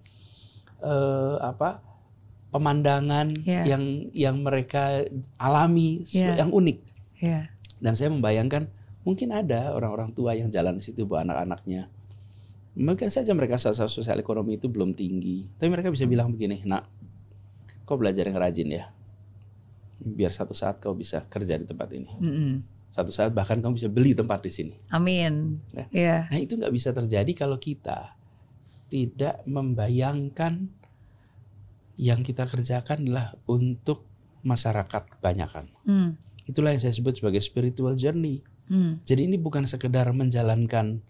pemandangan yang mereka alami, yang unik. Yeah. Dan saya membayangkan mungkin ada orang-orang tua yang jalan di situ bawa anak-anaknya. Mungkin saja mereka sosial ekonomi itu belum tinggi, tapi mereka bisa bilang begini, nak, kau belajar yang rajin ya, biar satu saat kau bisa kerja di tempat ini. Satu saat bahkan kau bisa beli tempat di sini. Amin. Ya. Yeah. Nah itu nggak bisa terjadi kalau kita tidak membayangkan yang kita kerjakan adalah untuk masyarakat kebanyakan. Itulah yang saya sebut sebagai spiritual journey. Jadi ini bukan sekedar menjalankan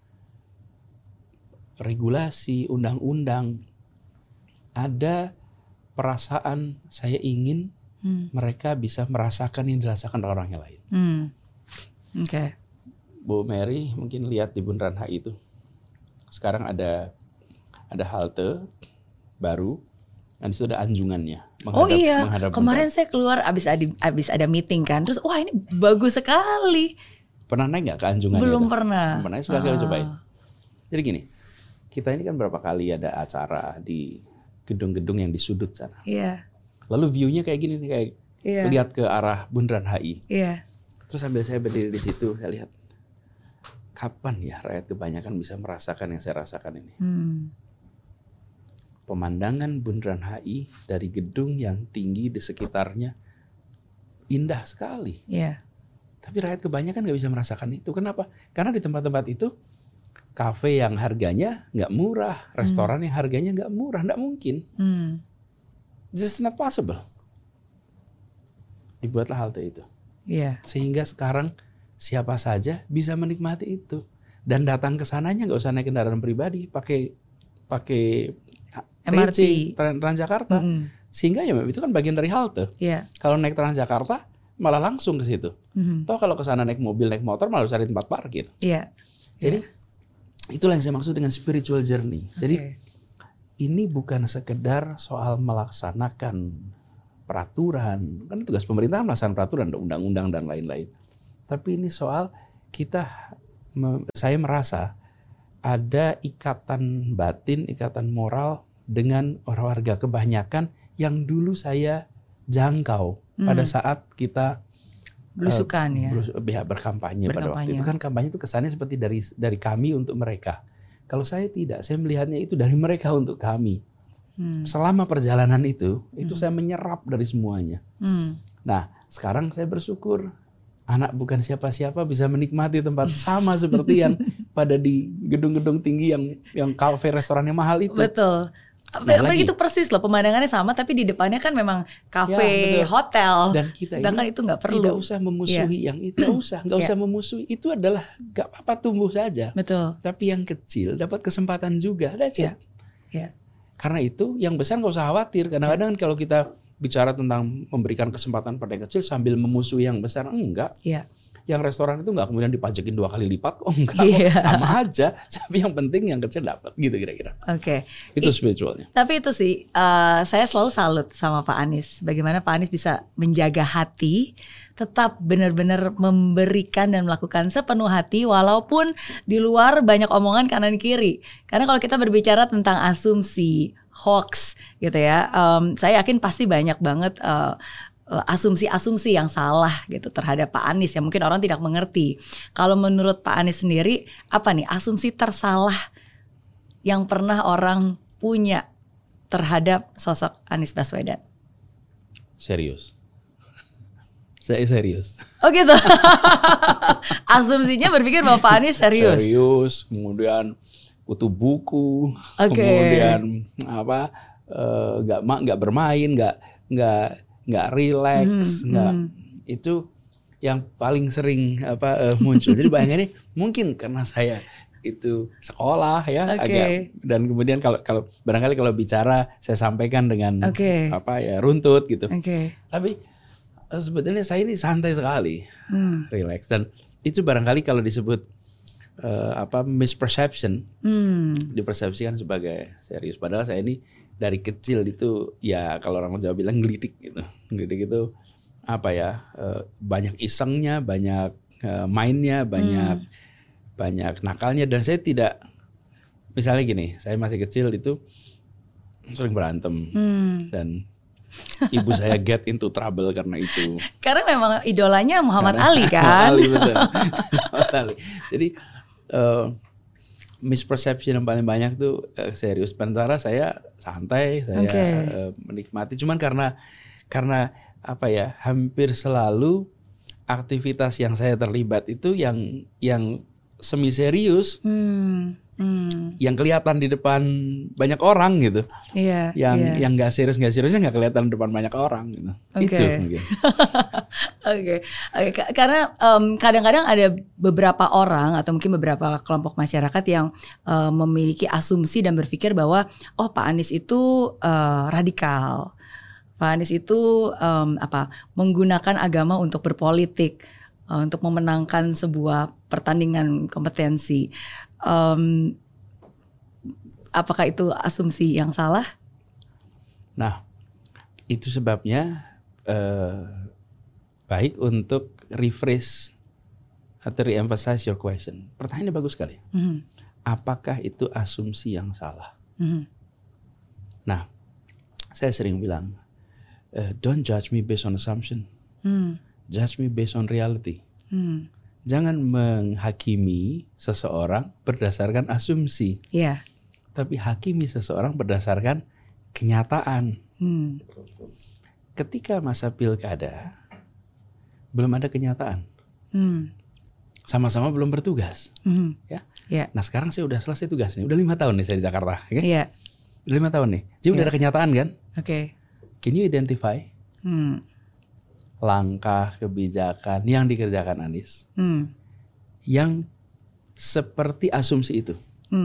regulasi, undang-undang. Ada perasaan saya ingin mereka bisa merasakan yang dirasakan orang yang lain. Oke. Bu Mary mungkin lihat di Bundaran HI itu. Sekarang ada halte baru. Dan di situ ada anjungannya. Kemarin saya keluar abis ada meeting kan. Terus wah ini bagus sekali. Pernah naik nggak ke anjungannya? Belum itu? pernah. Pernah sekali cobain. Jadi gini, kita ini kan berapa kali ada acara di gedung-gedung yang di sudut sana. Iya. Lalu view-nya kayak gini nih, kayak lihat ke arah Bundaran HI. Iya. Terus sambil saya berdiri di situ, saya lihat kapan ya rakyat kebanyakan bisa merasakan yang saya rasakan ini. Pemandangan Bundaran HI dari gedung yang tinggi di sekitarnya indah sekali. Iya. Tapi rakyat kebanyakan nggak bisa merasakan itu. Kenapa? Karena di tempat-tempat itu kafe yang harganya nggak murah, restoran yang harganya nggak murah, nggak mungkin. This is not possible. Dibuatlah halte itu. Yeah. Sehingga sekarang siapa saja bisa menikmati itu dan datang ke sananya nggak usah naik kendaraan pribadi, pakai MRT, Transjakarta. Sehingga ya itu kan bagian dari halte. Yeah. Kalau naik Transjakarta malah langsung ke situ. Toh kalau ke sana naik mobil, naik motor malah cari tempat parkir. Yeah. Jadi itulah yang saya maksud dengan spiritual journey. Jadi ini bukan sekedar soal melaksanakan peraturan. Kan tugas pemerintah melaksanakan peraturan, undang-undang dan lain-lain. Tapi ini soal saya merasa ada ikatan batin, ikatan moral dengan warga kebanyakan yang dulu saya jangkau pada saat kita belusukan berkampanye pada waktu itu. Kan kampanye itu kesannya seperti dari kami untuk mereka. Kalau saya tidak, saya melihatnya itu dari mereka untuk kami. Selama perjalanan itu saya menyerap dari semuanya. Nah, sekarang saya bersyukur anak bukan siapa-siapa bisa menikmati tempat sama seperti yang pada di gedung-gedung tinggi yang kafe restoran yang mahal itu. Betul. Begitu persis loh, pemandangannya sama tapi di depannya kan memang kafe, hotel. Dan kita ini itu nggak perlu. Tidak usah memusuhi yang itu, nggak usah memusuhi. Itu adalah nggak apa-apa, tumbuh saja. Betul. Tapi yang kecil dapat kesempatan juga. That's it. Yeah. Karena itu yang besar nggak usah khawatir. Kadang-kadang kalau kita bicara tentang memberikan kesempatan pada yang kecil sambil memusuhi yang besar, enggak. Yeah. Yang restoran itu nggak kemudian dipajakin 2 kali lipat kok, enggak, sama aja. Tapi yang penting yang kecil dapat gitu kira-kira. Oke. Itu spiritualnya. Tapi itu sih saya selalu salut sama Pak Anies. Bagaimana Pak Anies bisa menjaga hati, tetap benar-benar memberikan dan melakukan sepenuh hati walaupun di luar banyak omongan kanan kiri. Karena kalau kita berbicara tentang asumsi, hoax gitu ya, saya yakin pasti banyak banget asumsi-asumsi yang salah gitu terhadap Pak Anies yang mungkin orang tidak mengerti. Kalau menurut Pak Anies sendiri, apa nih asumsi tersalah yang pernah orang punya terhadap sosok Anies Baswedan? Serius. Saya serius. Oh gitu. Asumsinya berpikir bahwa Pak Anies serius. Serius, kemudian kutu buku, kemudian nggak bermain, nggak relax, itu yang paling sering muncul. Jadi bayangin nih, mungkin karena saya itu sekolah ya agak, dan kemudian kalau barangkali kalau bicara saya sampaikan dengan runtut gitu. Tapi sebetulnya saya ini santai sekali, relax, dan itu barangkali kalau disebut misperception, dipersepsikan sebagai serius. Padahal saya ini dari kecil itu ya kalau orang Jawa bilang ngelidik gitu. Ngelidik itu banyak isengnya, banyak mainnya, banyak nakalnya, dan saya tidak, misalnya gini, saya masih kecil itu sering berantem dan ibu saya get into trouble karena itu. Karena memang idolanya Muhammad Ali kan. Ali, betul. Muhammad Ali. Jadi misperception yang paling banyak tuh serius. Sementara saya santai, saya menikmati. Cuman karena hampir selalu aktivitas yang saya terlibat itu yang semi serius, yang kelihatan di depan banyak orang gitu, yang nggak seriusnya nggak kelihatan di depan banyak orang gitu. Itu mungkin. Karena kadang-kadang ada beberapa orang atau mungkin beberapa kelompok masyarakat yang memiliki asumsi dan berpikir bahwa Pak Anies itu radikal, Pak Anies itu menggunakan agama untuk berpolitik, untuk memenangkan sebuah pertandingan kompetensi. Apakah itu asumsi yang salah? Nah, itu sebabnya baik untuk rephrase atau re-emphasize your question. Pertanyaannya bagus sekali. Apakah itu asumsi yang salah? Nah, saya sering bilang, don't judge me based on assumption. Judge me based on reality. Jangan menghakimi seseorang berdasarkan asumsi. Tapi hakimi seseorang berdasarkan kenyataan. Ketika masa pilkada, belum ada kenyataan. Sama-sama belum bertugas. Nah sekarang saya udah selesai tugas nih. Udah 5 tahun nih saya di Jakarta. Udah 5 tahun nih. Jadi udah ada kenyataan kan? Can you identify langkah kebijakan yang dikerjakan Anies yang seperti asumsi itu,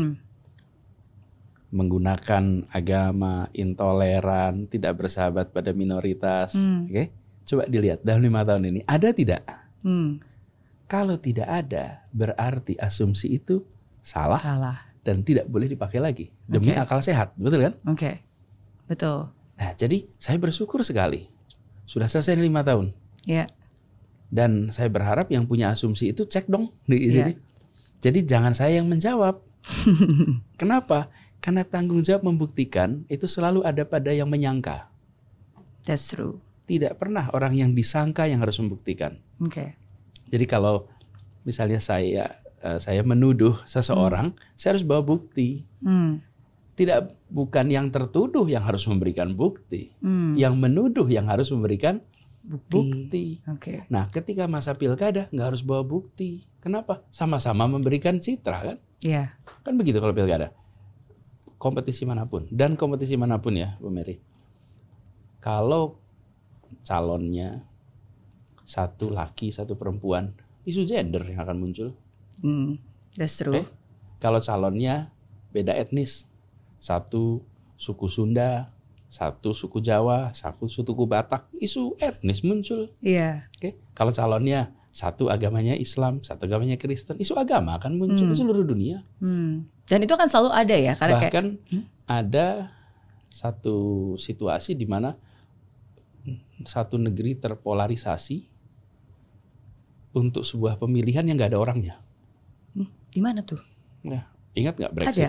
menggunakan agama, intoleran, tidak bersahabat pada minoritas. Coba dilihat dalam 5 tahun ini ada tidak? Kalau tidak ada, berarti asumsi itu salah. Dan tidak boleh dipakai lagi demi akal sehat, betul kan? Betul. Nah, jadi saya bersyukur sekali. Sudah selesai 5 tahun. Dan saya berharap yang punya asumsi itu cek dong di sini. Jadi jangan saya yang menjawab. Kenapa? Karena tanggung jawab membuktikan itu selalu ada pada yang menyangka. That's true. Tidak pernah orang yang disangka yang harus membuktikan. Jadi kalau misalnya saya menuduh seseorang, saya harus bawa bukti. Bukan yang tertuduh yang harus memberikan bukti, yang menuduh yang harus memberikan bukti. Nah, ketika masa pilkada nggak harus bawa bukti. Kenapa? Sama-sama memberikan citra kan? Kan begitu kalau pilkada. Kompetisi manapun ya, Bu Mary. Kalau calonnya satu laki, satu perempuan, isu gender yang akan muncul. That's true. Kalau calonnya beda etnis, satu suku Sunda, satu suku Jawa, satu suku Batak, isu etnis muncul. Kalau calonnya satu agamanya Islam, satu agamanya Kristen, isu agama akan muncul di seluruh dunia. Dan itu kan selalu ada ya, karena bahkan ada satu situasi di mana satu negeri terpolarisasi untuk sebuah pemilihan yang nggak ada orangnya. Di mana tuh? Nah, ingat nggak Brexit?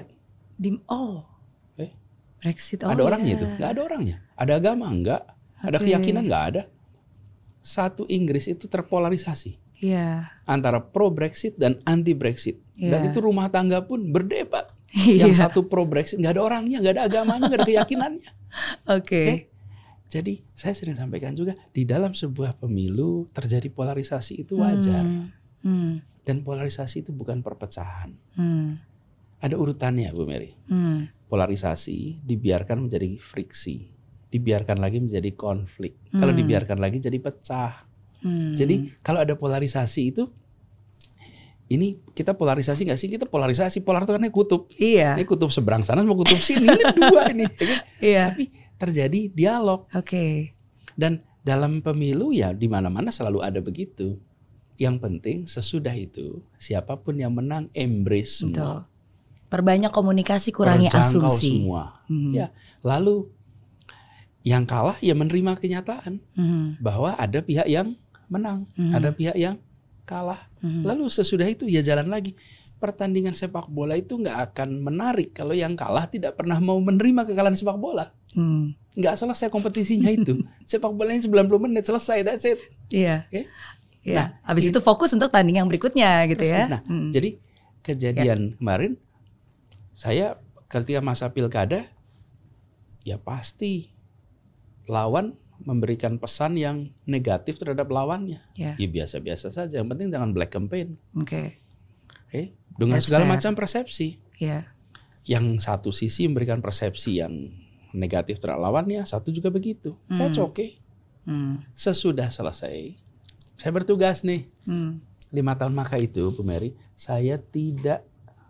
Brexit. Ada orangnya itu? Nggak ada orangnya. Ada agama nggak? Ada keyakinan nggak ada. Satu Inggris itu terpolarisasi antara pro Brexit dan anti Brexit. Dan itu rumah tangga pun berdebat. Yang satu pro Brexit nggak ada orangnya, nggak ada agamanya, nggak ada keyakinannya. Jadi saya sering sampaikan juga di dalam sebuah pemilu terjadi polarisasi itu wajar. Dan polarisasi itu bukan perpecahan. Ada urutannya, Bu Mary. Polarisasi dibiarkan menjadi friksi, dibiarkan lagi menjadi konflik. Kalau dibiarkan lagi jadi pecah. Jadi kalau ada polarisasi itu, ini kita polarisasi nggak sih? Kita polarisasi, polar itu kan kutub. Iya. Ini kutub seberang sana sama kutub sini, ini dua ini. Ya kan? Iya. Tapi terjadi dialog. Oke. Dan dalam pemilu ya di mana-mana selalu ada begitu. Yang penting sesudah itu siapapun yang menang embrace semua. Betul. Perbanyak komunikasi, kurangi asumsi. Semua. Ya, lalu yang kalah ya menerima kenyataan bahwa ada pihak yang menang, ada pihak yang kalah. Lalu sesudah itu ya jalan lagi. Pertandingan sepak bola itu nggak akan menarik kalau yang kalah tidak pernah mau menerima kekalahan sepak bola. Nggak selesai kompetisinya itu. Sepak bolanya 90 menit selesai, that's it. Iya. Okay? Ya. Nah, habis itu fokus untuk tanding yang berikutnya gitu ya. Nah, jadi kejadian kemarin saya ketika masa pilkada ya pasti lawan memberikan pesan yang negatif terhadap lawannya. Ya biasa-biasa saja. Yang penting jangan black campaign. Oke. Dengan segala macam persepsi. Yeah. Yang satu sisi memberikan persepsi yang negatif terhadap lawannya, satu juga begitu. That's okay. Sesudah selesai, saya bertugas nih. 5 tahun maka itu, Bu Mary, saya tidak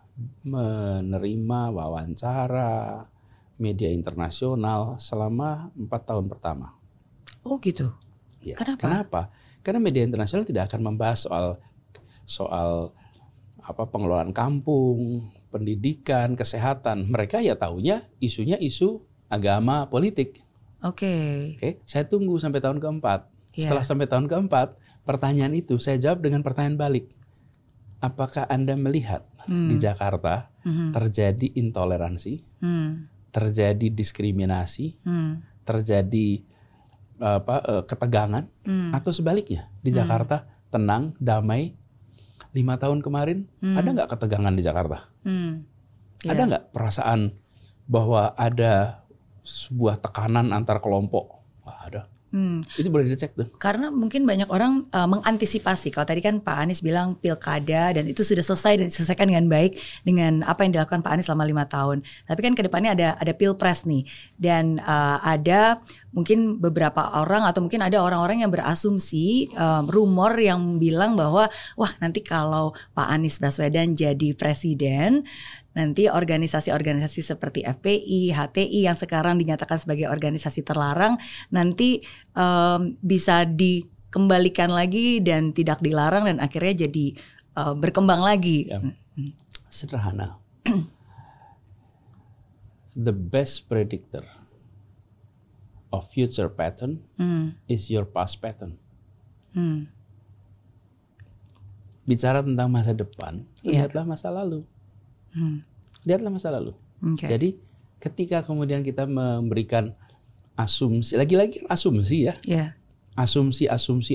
menerima wawancara media internasional selama 4 tahun pertama. Oh gitu. Ya. Kenapa? Karena media internasional tidak akan membahas soal pengelolaan kampung, pendidikan, kesehatan. Mereka ya taunya isunya isu agama, politik. Oke, saya tunggu sampai tahun keempat. Setelah sampai tahun keempat, pertanyaan itu saya jawab dengan pertanyaan balik. Apakah Anda melihat di Jakarta terjadi intoleransi, terjadi diskriminasi, terjadi ketegangan, atau sebaliknya di Jakarta tenang, damai? 5 tahun kemarin ada nggak ketegangan di Jakarta? Ada nggak perasaan bahwa ada sebuah tekanan antar kelompok? Wah, ada. Itu boleh dicek tuh. Karena mungkin banyak orang mengantisipasi. Kalau tadi kan Pak Anies bilang pilkada dan itu sudah selesai dan diselesaikan dengan baik dengan apa yang dilakukan Pak Anies selama 5 tahun. Tapi kan kedepannya ada pilpres nih dan ada mungkin beberapa orang atau mungkin ada orang-orang yang berasumsi rumor yang bilang bahwa wah nanti kalau Pak Anies Baswedan jadi presiden, nanti organisasi-organisasi seperti FPI, HTI yang sekarang dinyatakan sebagai organisasi terlarang nanti bisa dikembalikan lagi dan tidak dilarang dan akhirnya jadi berkembang lagi. Ya. Sederhana. The best predictor of future pattern is your past pattern. Bicara tentang masa depan, lihatlah masa lalu. Lihatlah masa lalu. Jadi ketika kemudian kita memberikan asumsi, lagi-lagi asumsi ya. Asumsi.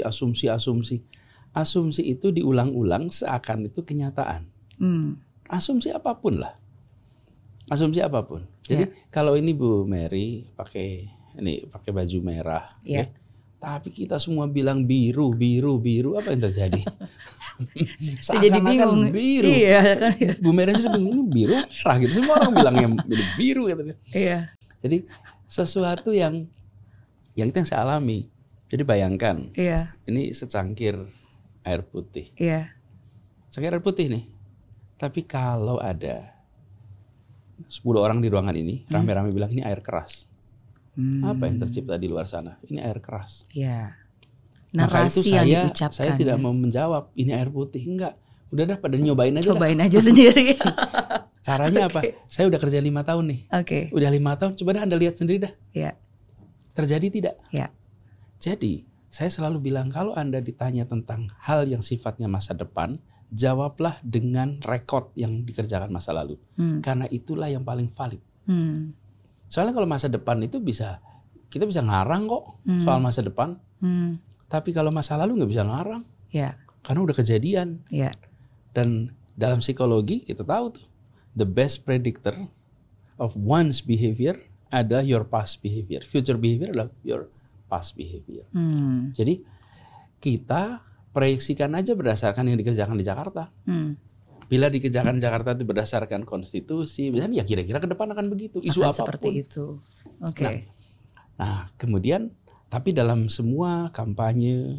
Asumsi itu diulang-ulang seakan itu kenyataan. Asumsi apapun lah. Asumsi apapun. Jadi kalau ini Bu Mary pakai baju merah, tapi kita semua bilang biru, apa yang terjadi? Saya jadi bingung. Biru. Iya, kan? Bu Mary sudah bingung, ini biru merah gitu. Semua orang bilangnya biru gitu. Iya. Jadi sesuatu yang itu yang saya alami. Jadi bayangkan, ini secangkir air putih. Secangkir air putih nih. Tapi kalau ada 10 orang di ruangan ini, rame-rame bilang ini air keras. Apa yang tercipta di luar sana? Ini air keras. Maka itu saya tidak mau menjawab ini air putih, enggak. Udah dah pada nyobain aja. Cobain aja sendiri. Caranya apa? Saya udah kerja 5 tahun nih. Udah 5 tahun, coba dah Anda lihat sendiri dah. Terjadi tidak? Jadi saya selalu bilang kalau Anda ditanya tentang hal yang sifatnya masa depan, jawablah dengan rekod yang dikerjakan masa lalu. Karena itulah yang paling valid. Soalnya kalau masa depan itu kita bisa ngarang kok soal masa depan. Tapi kalau masa lalu nggak bisa ngarang, karena udah kejadian. Dan dalam psikologi kita tahu tuh, the best predictor of one's behavior adalah your past behavior. Future behavior adalah your past behavior. Jadi kita proyeksikan aja berdasarkan yang dikerjakan di Jakarta. Bila dikerjakan di Jakarta itu berdasarkan konstitusi, misalnya ya kira-kira ke depan akan begitu. Isu apapun. Seperti itu. Nah, kemudian tapi dalam semua kampanye,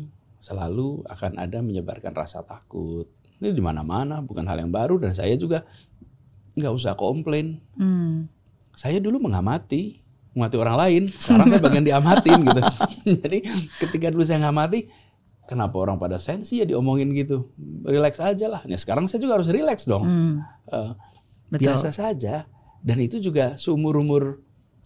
selalu akan ada menyebarkan rasa takut. Ini di mana-mana, bukan hal yang baru, dan saya juga nggak usah komplain. Saya dulu mengamati orang lain, sekarang saya bagian diamatin gitu. Jadi ketika dulu saya ngamati, kenapa orang pada sensi ya diomongin gitu, relax aja lah. Nah sekarang saya juga harus relax dong. Biasa saja. Dan itu juga seumur-umur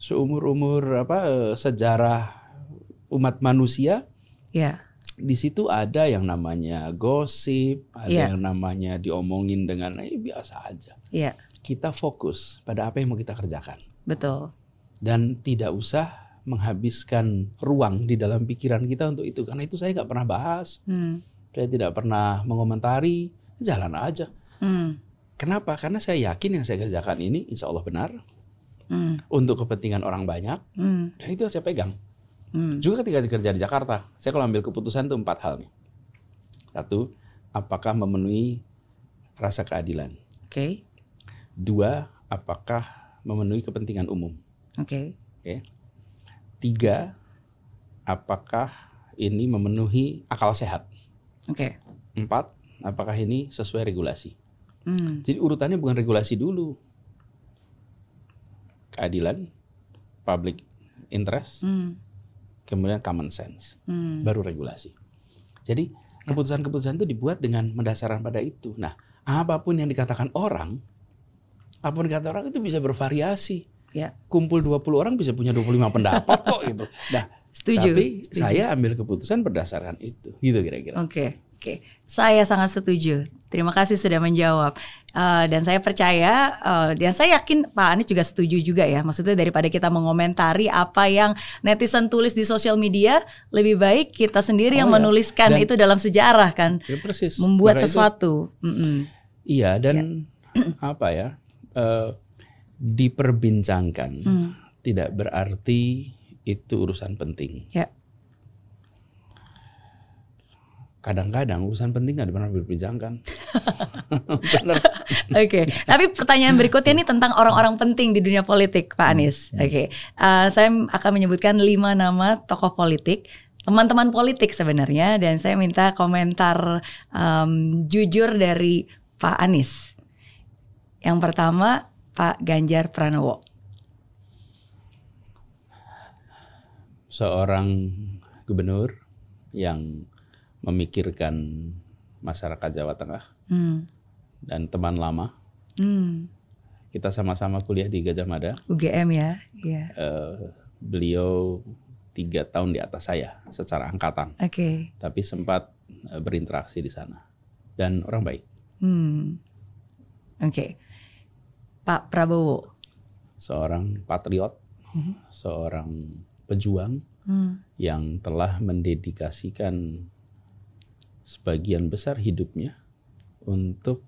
sejarah umat manusia. Ya. Di situ ada yang namanya gosip, ada yang namanya diomongin dengan biasa aja. Ya. Kita fokus pada apa yang mau kita kerjakan. Betul. Dan tidak usah menghabiskan ruang di dalam pikiran kita untuk itu, karena itu saya nggak pernah bahas. Saya tidak pernah mengomentari, jalan aja. Kenapa? Karena saya yakin yang saya kerjakan ini insya Allah benar, untuk kepentingan orang banyak, dan itu saya pegang. Juga ketika kerja di Jakarta, saya kalau ambil keputusan itu 4 hal nih. 1, apakah memenuhi rasa keadilan? 2, apakah memenuhi kepentingan umum? 3, apakah ini memenuhi akal sehat? 4, apakah ini sesuai regulasi? Jadi urutannya bukan regulasi dulu, keadilan, public interest, kemudian common sense, baru regulasi. Jadi keputusan-keputusan itu dibuat dengan mendasarkan pada itu. Nah, apapun yang dikatakan orang itu bisa bervariasi. Kumpul 20 orang bisa punya 25 pendapat kok gitu. Nah, tapi saya ambil keputusan berdasarkan itu, gitu kira-kira. Oke. Saya sangat setuju. Terima kasih sudah menjawab. Dan saya percaya, dan saya yakin Pak Anies juga setuju juga ya. Maksudnya daripada kita mengomentari apa yang netizen tulis di sosial media, lebih baik kita sendiri yang menuliskan itu dalam sejarah kan. Ya, persis. Membuat sesuatu. Iya, dan apa ya, diperbincangkan tidak berarti itu urusan penting. Ya. Kadang-kadang urusan penting nggak pernah diperbincangkan. Benar. Tapi pertanyaan berikutnya ini tentang orang-orang penting di dunia politik, Pak Anies. Saya akan menyebutkan 5 nama tokoh politik, teman-teman politik sebenarnya, dan saya minta komentar jujur dari Pak Anies. Yang pertama, Pak Ganjar Pranowo. Seorang gubernur yang memikirkan masyarakat Jawa Tengah dan teman lama. Kita sama-sama kuliah di Gajah Mada. UGM ya. Beliau 3 tahun di atas saya secara angkatan. Tapi sempat berinteraksi di sana dan orang baik. Pak Prabowo. Seorang patriot, seorang pejuang yang telah mendedikasikan sebagian besar hidupnya untuk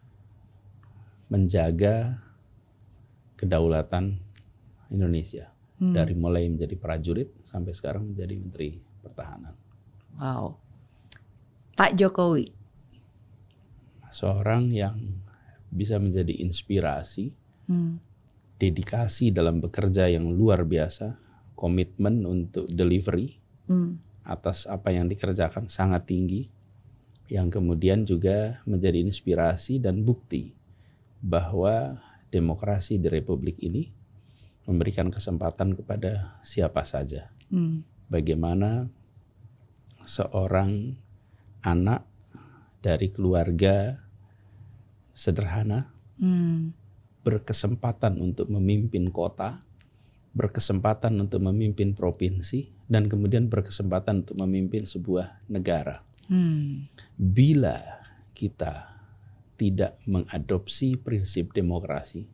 menjaga kedaulatan Indonesia. Dari mulai menjadi prajurit sampai sekarang menjadi Menteri Pertahanan. Wow. Pak Jokowi. Seorang yang bisa menjadi inspirasi, dedikasi dalam bekerja yang luar biasa, komitmen untuk delivery atas apa yang dikerjakan sangat tinggi, yang kemudian juga menjadi inspirasi dan bukti bahwa demokrasi di Republik ini memberikan kesempatan kepada siapa saja. Bagaimana seorang anak dari keluarga sederhana berkesempatan untuk memimpin kota, berkesempatan untuk memimpin provinsi, dan kemudian berkesempatan untuk memimpin sebuah negara. Bila kita tidak mengadopsi prinsip demokrasi,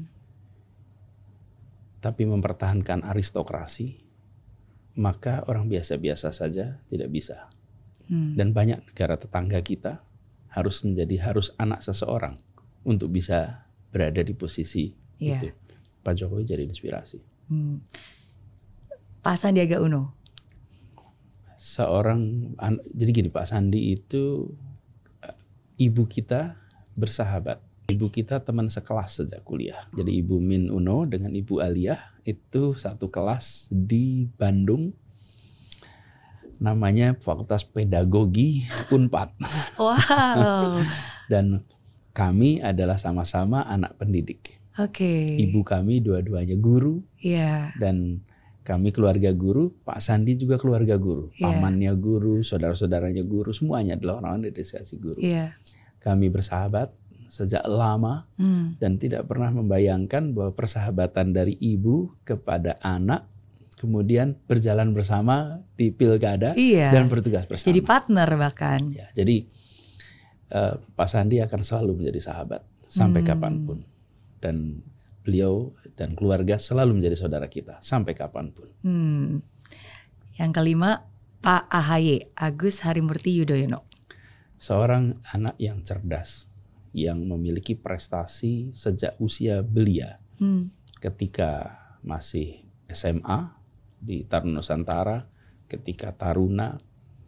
tapi mempertahankan aristokrasi, maka orang biasa-biasa saja tidak bisa. Dan banyak negara tetangga kita harus anak seseorang untuk bisa berada di posisi itu. Pak Jokowi jadi inspirasi. Pak Sandiaga Uno. Jadi gini, Pak Sandi itu ibu kita bersahabat. Ibu kita teman sekelas sejak kuliah. Jadi Ibu Min Uno dengan Ibu Aliyah itu satu kelas di Bandung. namanya Fakultas Pedagogi Unpad. Wow. Dan kami adalah sama-sama anak pendidik. Oke. Ibu kami dua-duanya guru. Iya. Dan kami keluarga guru, Pak Sandi juga keluarga guru. Iya. Pamannya guru, saudara-saudaranya guru, semuanya adalah orang-orang dari asosiasi guru. Iya. Kami bersahabat sejak lama dan tidak pernah membayangkan bahwa persahabatan dari ibu kepada anak kemudian berjalan bersama di pilkada dan bertugas bersama. Jadi partner bahkan. Ya, jadi Pak Sandi akan selalu menjadi sahabat sampai kapanpun. Dan beliau dan keluarga selalu menjadi saudara kita sampai kapanpun. Yang kelima, Pak AHY, Agus Harimurti Yudhoyono. Seorang anak yang cerdas, yang memiliki prestasi sejak usia belia. Ketika masih SMA di Taruna Nusantara, ketika taruna,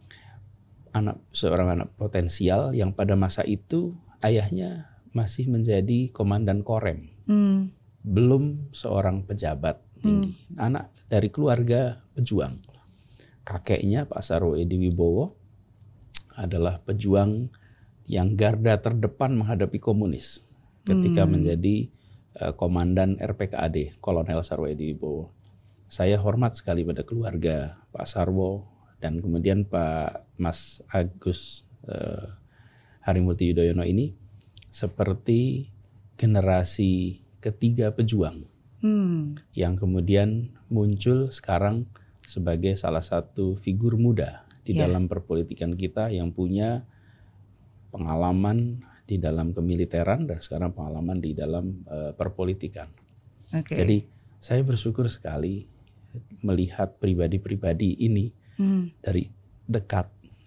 seorang anak potensial yang pada masa itu ayahnya masih menjadi komandan Korem. Belum seorang pejabat tinggi. Anak dari keluarga pejuang. Kakeknya Pak Sarwo Edi Wibowo adalah pejuang yang garda terdepan menghadapi komunis ketika menjadi komandan RPKAD, Kolonel Sarwo Edi Wibowo. Saya hormat sekali pada keluarga Pak Sarwo dan kemudian Pak Mas Agus Harimurti Yudhoyono ini seperti generasi ketiga pejuang yang kemudian muncul sekarang sebagai salah satu figur muda di dalam perpolitikan kita yang punya pengalaman di dalam kemiliteran dan sekarang pengalaman di dalam perpolitikan. Jadi saya bersyukur sekali melihat pribadi-pribadi ini dari dekat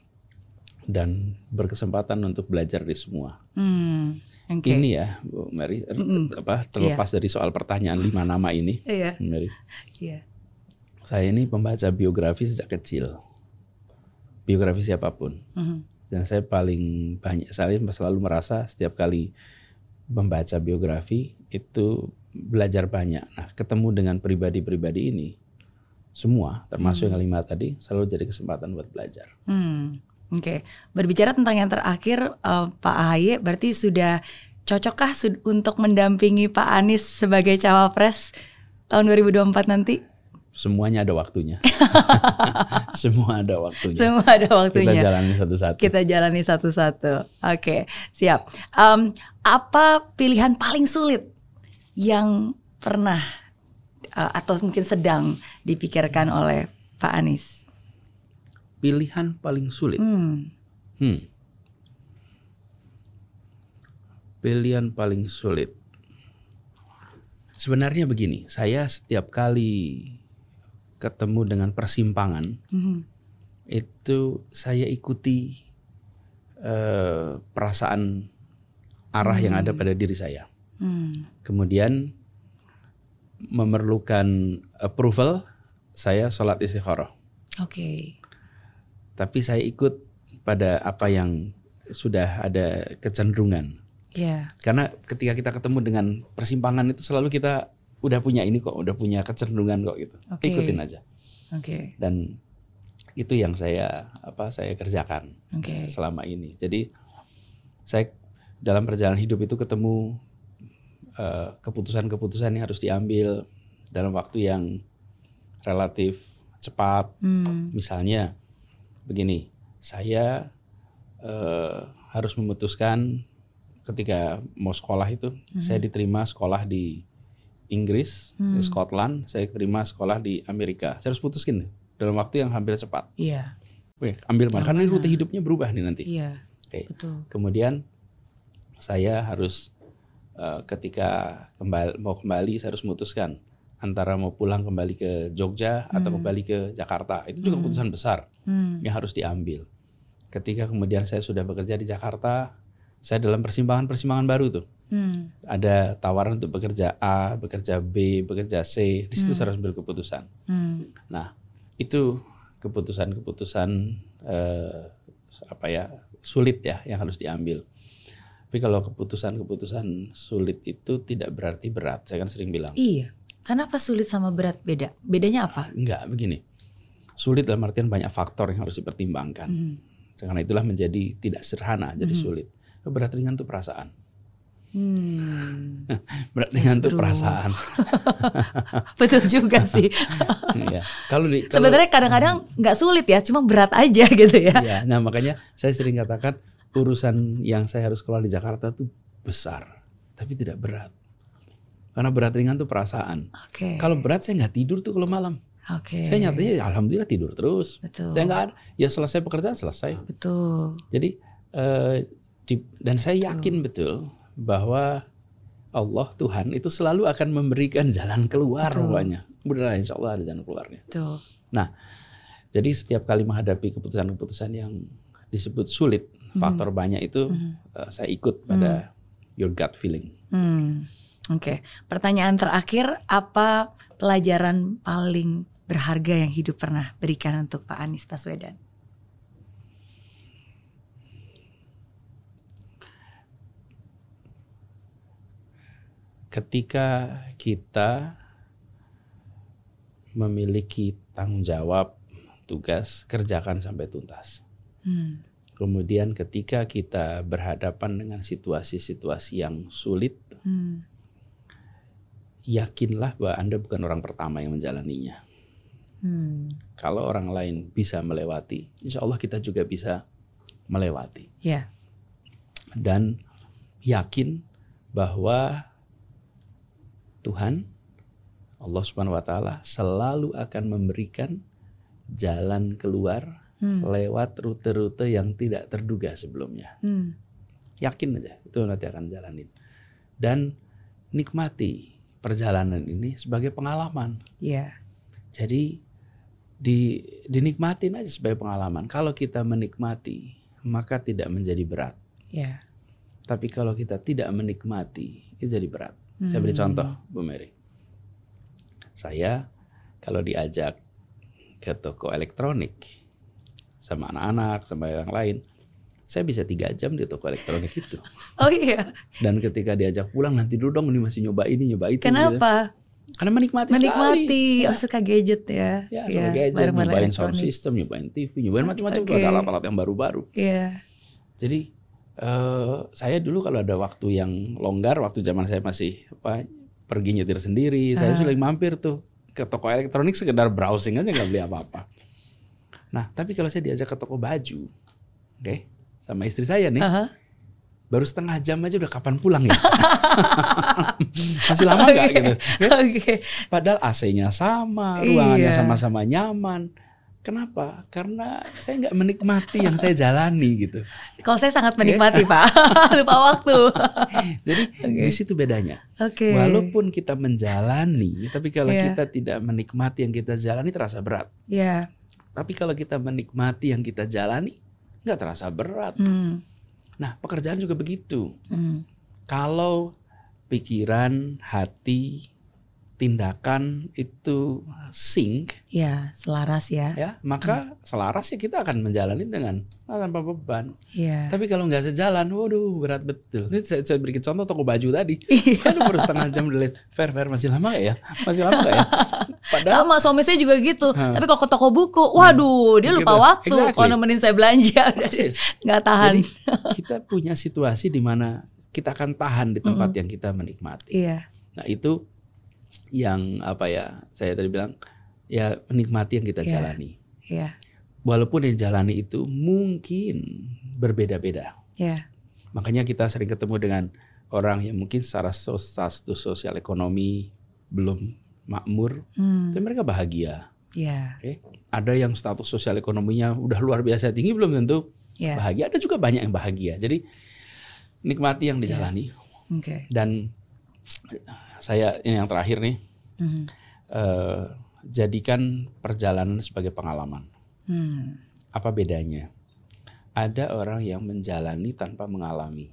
dan berkesempatan untuk belajar di semua. Ini ya, Bu Mary, terlepas dari soal pertanyaan 5 nama ini, Mary. Saya ini pembaca biografi sejak kecil, biografi siapapun, dan saya paling banyak, saya selalu merasa setiap kali membaca biografi itu belajar banyak. Nah, ketemu dengan pribadi-pribadi ini, semua, termasuk yang 5 tadi, selalu jadi kesempatan buat belajar. Berbicara tentang yang terakhir, Pak AHY, berarti sudah cocokkah untuk mendampingi Pak Anies sebagai cawapres tahun 2024 nanti? Semuanya ada waktunya. Semua ada waktunya. Semua ada waktunya. Kita jalani satu-satu. Kita jalani satu-satu. Oke, siap. Apa pilihan paling sulit yang pernah atau mungkin sedang dipikirkan oleh Pak Anies? Pilihan paling sulit. Pilihan paling sulit. Sebenarnya begini, saya setiap kali ketemu dengan persimpangan, itu saya ikuti perasaan arah yang ada pada diri saya. Kemudian memerlukan approval, saya sholat istikharah. Tapi saya ikut pada apa yang sudah ada kecenderungan. Karena ketika kita ketemu dengan persimpangan itu selalu kita udah punya ini kok, udah punya kecenderungan kok gitu. Ikutin aja. Dan itu yang saya kerjakan selama ini. Jadi saya dalam perjalanan hidup itu ketemu keputusan-keputusan yang harus diambil dalam waktu yang relatif cepat. Misalnya begini, saya harus memutuskan ketika mau sekolah itu, saya diterima sekolah di Inggris, di Scotland, saya terima sekolah di Amerika. Saya harus putuskan dalam waktu yang hampir cepat. Ambil mana? Karena rute hidupnya berubah nih nanti. Betul. Kemudian saya harus ketika mau kembali, saya harus memutuskan antara mau pulang kembali ke Jogja atau kembali ke Jakarta. Itu juga keputusan besar yang harus diambil. Ketika kemudian saya sudah bekerja di Jakarta, saya dalam persimpangan baru tuh. Ada tawaran untuk bekerja A, bekerja B, bekerja C. Di situ saya harus ambil keputusan. Nah, itu keputusan-keputusan sulit ya yang harus diambil. Tapi kalau keputusan-keputusan sulit itu tidak berarti berat. Saya kan sering bilang. Iya. Kenapa sulit sama berat beda? Bedanya apa? Enggak, begini. Sulit dalam artian banyak faktor yang harus dipertimbangkan. Karena itulah menjadi tidak sederhana, jadi sulit. Berat ringan itu perasaan. Berat ringan itu perasaan. Betul juga sih. Ya. Kalau sebenarnya kadang-kadang nggak sulit ya, cuma berat aja gitu ya. Ya. Nah makanya saya sering katakan urusan yang saya harus keluar di Jakarta itu besar, tapi tidak berat. Karena berat ringan itu perasaan. Kalau berat saya nggak tidur tuh kalau malam. Saya nyatanya alhamdulillah tidur terus. Betul. Saya nggak ya selesai pekerjaan selesai. Betul. Jadi dan saya yakin betul bahwa Allah Tuhan itu selalu akan memberikan jalan keluar rupanya. Benar, insya Allah ada jalan keluarnya. Betul. Nah, jadi setiap kali menghadapi keputusan-keputusan yang disebut sulit, faktor banyak itu saya ikut pada your gut feeling. Pertanyaan terakhir, apa pelajaran paling berharga yang hidup pernah berikan untuk Pak Anies Baswedan? Ketika kita memiliki tanggung jawab, tugas, kerjakan sampai tuntas. Kemudian ketika kita berhadapan dengan situasi-situasi yang sulit, yakinlah bahwa Anda bukan orang pertama yang menjalaninya. Kalau orang lain bisa melewati, insya Allah kita juga bisa melewati. Dan yakin bahwa Tuhan, Allah Subhanahu wa Ta'ala selalu akan memberikan jalan keluar lewat rute-rute yang tidak terduga sebelumnya. Yakin aja, itu nanti akan jalanin. Dan nikmati perjalanan ini sebagai pengalaman. Jadi dinikmatin aja sebagai pengalaman. Kalau kita menikmati, maka tidak menjadi berat. Tapi kalau kita tidak menikmati, itu jadi berat. Saya beri contoh, Bu Mary. Saya kalau diajak ke toko elektronik sama anak-anak, sama yang lain, saya bisa 3 jam di toko elektronik itu. Oh iya. Dan ketika diajak pulang, nanti dulu dong, ini masih nyoba ini, nyoba itu. Kenapa? Gitu. Karena menikmati sekali. Oh, suka gadget ya. Ya, suka gadget, nyobain sound system, nyobain TV, nyobain macam-macam. Ada alat-alat yang baru-baru. Jadi saya dulu kalau ada waktu yang longgar, waktu zaman saya masih pergi nyetir sendiri, saya sering mampir tuh ke toko elektronik sekedar browsing aja, nggak beli apa-apa. Nah, tapi kalau saya diajak ke toko baju, sama istri saya nih, baru setengah jam aja udah kapan pulang ya? Masih lama nggak gitu? Padahal AC-nya sama, ruangannya sama-sama nyaman. Kenapa? Karena saya nggak menikmati yang saya jalani gitu. Kalau saya sangat menikmati Pak, lupa waktu. Jadi di situ bedanya. Walaupun kita menjalani, tapi kalau kita tidak menikmati yang kita jalani terasa berat. Tapi kalau kita menikmati yang kita jalani, nggak terasa berat. Nah, pekerjaan juga begitu. Kalau pikiran, hati, tindakan itu sync, selaras ya, maka selaras ya kita akan menjalani dengan tanpa beban. Tapi kalau nggak sejalan, waduh berat betul. Ini saya berikan contoh toko baju tadi. Aduh baru setengah jam dilihat, fair masih lama nggak ya? Masih lama nggak ya? Padahal sama suami saya juga gitu. Tapi kalau ke toko buku, waduh dia lupa waktu. Kalau nemenin saya belanja, nggak tahan. Jadi kita punya situasi di mana kita akan tahan di tempat yang kita menikmati. Nah itu yang saya tadi bilang ya, menikmati yang kita jalani. Walaupun yang jalani itu mungkin berbeda-beda. Makanya kita sering ketemu dengan orang yang mungkin secara status sosial ekonomi belum makmur, tapi mereka bahagia. Ada yang status sosial ekonominya udah luar biasa tinggi, belum tentu bahagia. Ada juga banyak yang bahagia. Jadi nikmati yang dijalani. Dan saya ini yang terakhir nih, jadikan perjalanan sebagai pengalaman. Apa bedanya? Ada orang yang menjalani tanpa mengalami.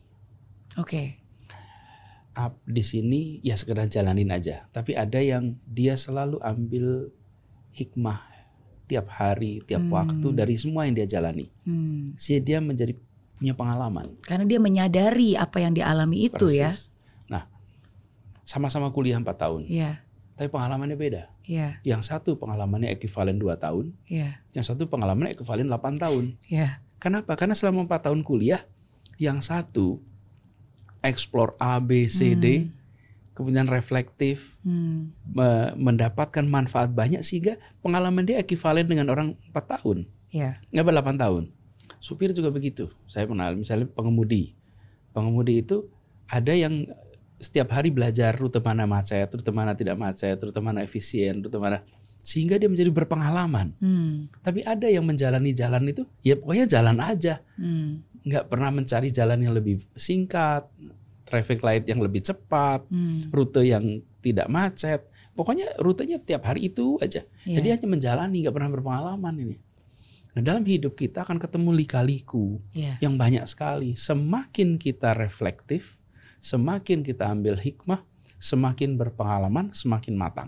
Di sini ya sekedar jalanin aja. Tapi ada yang dia selalu ambil hikmah tiap hari, tiap waktu dari semua yang dia jalani. Sehingga dia menjadi punya pengalaman. Karena dia menyadari apa yang dialami itu. Persis. Nah, sama-sama kuliah 4 tahun. tapi pengalamannya beda. Yeah. Yang satu pengalamannya ekivalen 2 tahun, yang satu pengalamannya ekivalen 8 tahun. Kenapa? Karena selama 4 tahun kuliah, yang satu explore A, B, C, D, kemudian reflektif, mendapatkan manfaat banyak sehingga pengalaman dia ekivalen dengan orang 4 tahun, nggak 8 tahun. Supir juga begitu. Saya kenal misalnya pengemudi itu ada yang setiap hari belajar rute mana macet, rute mana tidak macet, rute mana efisien, rute mana, sehingga dia menjadi berpengalaman. Tapi ada yang menjalani jalan itu, ya pokoknya jalan aja, nggak pernah mencari jalan yang lebih singkat, traffic light yang lebih cepat, rute yang tidak macet. Pokoknya rutenya tiap hari itu aja. Jadi hanya menjalani, nggak pernah berpengalaman ini. Nah dalam hidup kita akan ketemu lika-liku yang banyak sekali. Semakin kita reflektif, semakin kita ambil hikmah, semakin berpengalaman, semakin matang.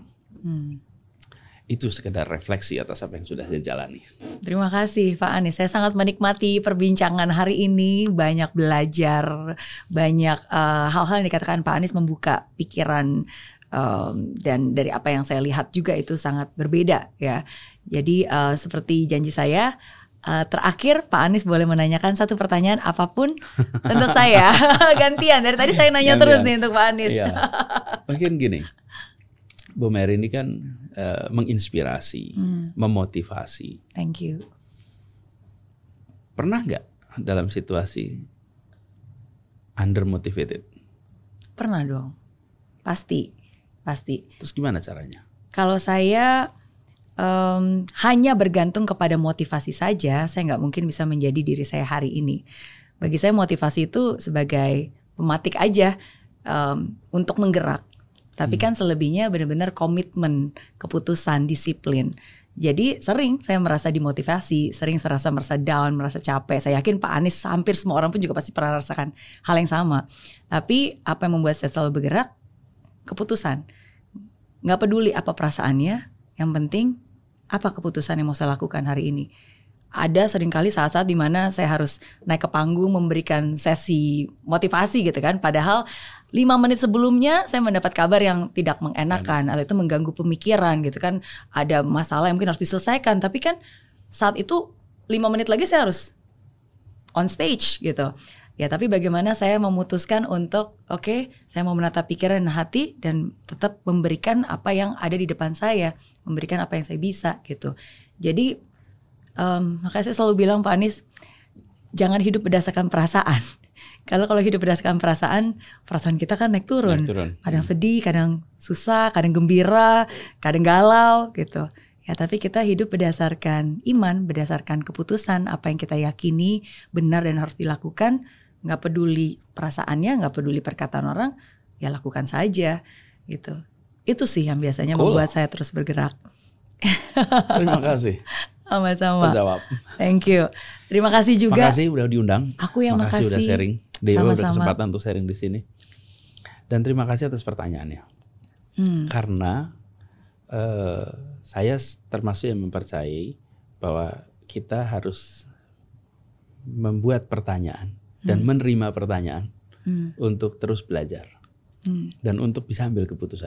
Itu sekedar refleksi atas apa yang sudah saya jalani. Terima kasih Pak Anies. Saya sangat menikmati perbincangan hari ini. Banyak belajar, banyak hal-hal yang dikatakan Pak Anies membuka pikiran, dan dari apa yang saya lihat juga itu sangat berbeda ya. Jadi seperti janji saya, terakhir Pak Anies boleh menanyakan satu pertanyaan apapun untuk saya. Gantian, dari tadi saya nanya terus nih untuk Pak Anies. Iya. Mungkin gini, Bu Mary ini kan menginspirasi, memotivasi. Thank you. Pernah nggak dalam situasi undermotivated? Pernah dong, pasti. Terus gimana caranya? Kalau saya hanya bergantung kepada motivasi saja, saya nggak mungkin bisa menjadi diri saya hari ini. Bagi saya motivasi itu sebagai pematik aja, untuk menggerak. Tapi kan selebihnya benar-benar komitmen, keputusan, disiplin. Jadi sering saya merasa dimotivasi, sering merasa down, merasa capek. Saya yakin Pak Anies, hampir semua orang pun juga pasti pernah rasakan hal yang sama. Tapi apa yang membuat saya selalu bergerak? Keputusan. Nggak peduli apa perasaannya, yang penting apa keputusan yang mau saya lakukan hari ini. Ada seringkali saat-saat di mana saya harus naik ke panggung memberikan sesi motivasi gitu kan. Padahal 5 menit sebelumnya saya mendapat kabar yang tidak mengenakan atau itu mengganggu pemikiran gitu kan. Ada masalah yang mungkin harus diselesaikan. Tapi kan saat itu 5 menit lagi saya harus on stage gitu. Ya tapi bagaimana saya memutuskan untuk oke, saya mau menata pikiran dan hati dan tetap memberikan apa yang ada di depan saya. Memberikan apa yang saya bisa gitu. Jadi makanya saya selalu bilang Pak Anies, jangan hidup berdasarkan perasaan. Kalau hidup berdasarkan perasaan kita kan naik turun. Kadang sedih, kadang susah, kadang gembira, kadang galau gitu. Ya tapi kita hidup berdasarkan iman, berdasarkan keputusan, apa yang kita yakini benar dan harus dilakukan. Nggak peduli perasaannya, nggak peduli perkataan orang, ya lakukan saja gitu. Itu sih yang biasanya membuat saya terus bergerak. Terima kasih. Sama-sama. Terjawab. Thank you. Terima kasih juga. Makasih udah diundang. Aku yang makasih. Udah sharing. Dewa udah Sama-sama. kesempatan untuk sharing di sini. Dan terima kasih atas pertanyaannya. Karena saya termasuk yang mempercayai bahwa kita harus membuat pertanyaan dan menerima pertanyaan untuk terus belajar dan untuk bisa ambil keputusan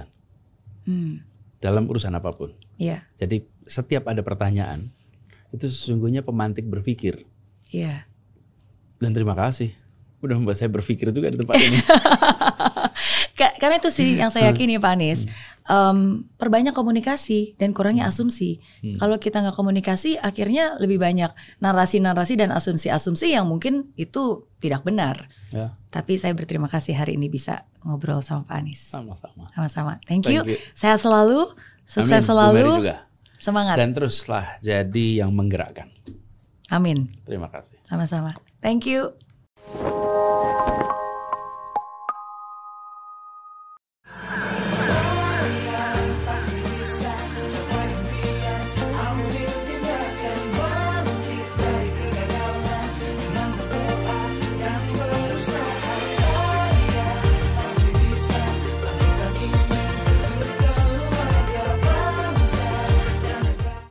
dalam urusan apapun. Jadi setiap ada pertanyaan itu sesungguhnya pemantik berpikir. Dan terima kasih udah membuat saya berpikir juga di tempat ini. Karena itu sih yang saya yakini Pak Anies. Perbanyak komunikasi dan kurangnya asumsi. Kalau kita nggak komunikasi, akhirnya lebih banyak narasi-narasi dan asumsi-asumsi yang mungkin itu tidak benar. Tapi saya berterima kasih hari ini bisa ngobrol sama Pak Anies. Sama-sama. Thank you. Sehat selalu, sukses selalu, juga. Semangat. Dan teruslah jadi yang menggerakkan. Amin. Terima kasih. Sama-sama. Thank you.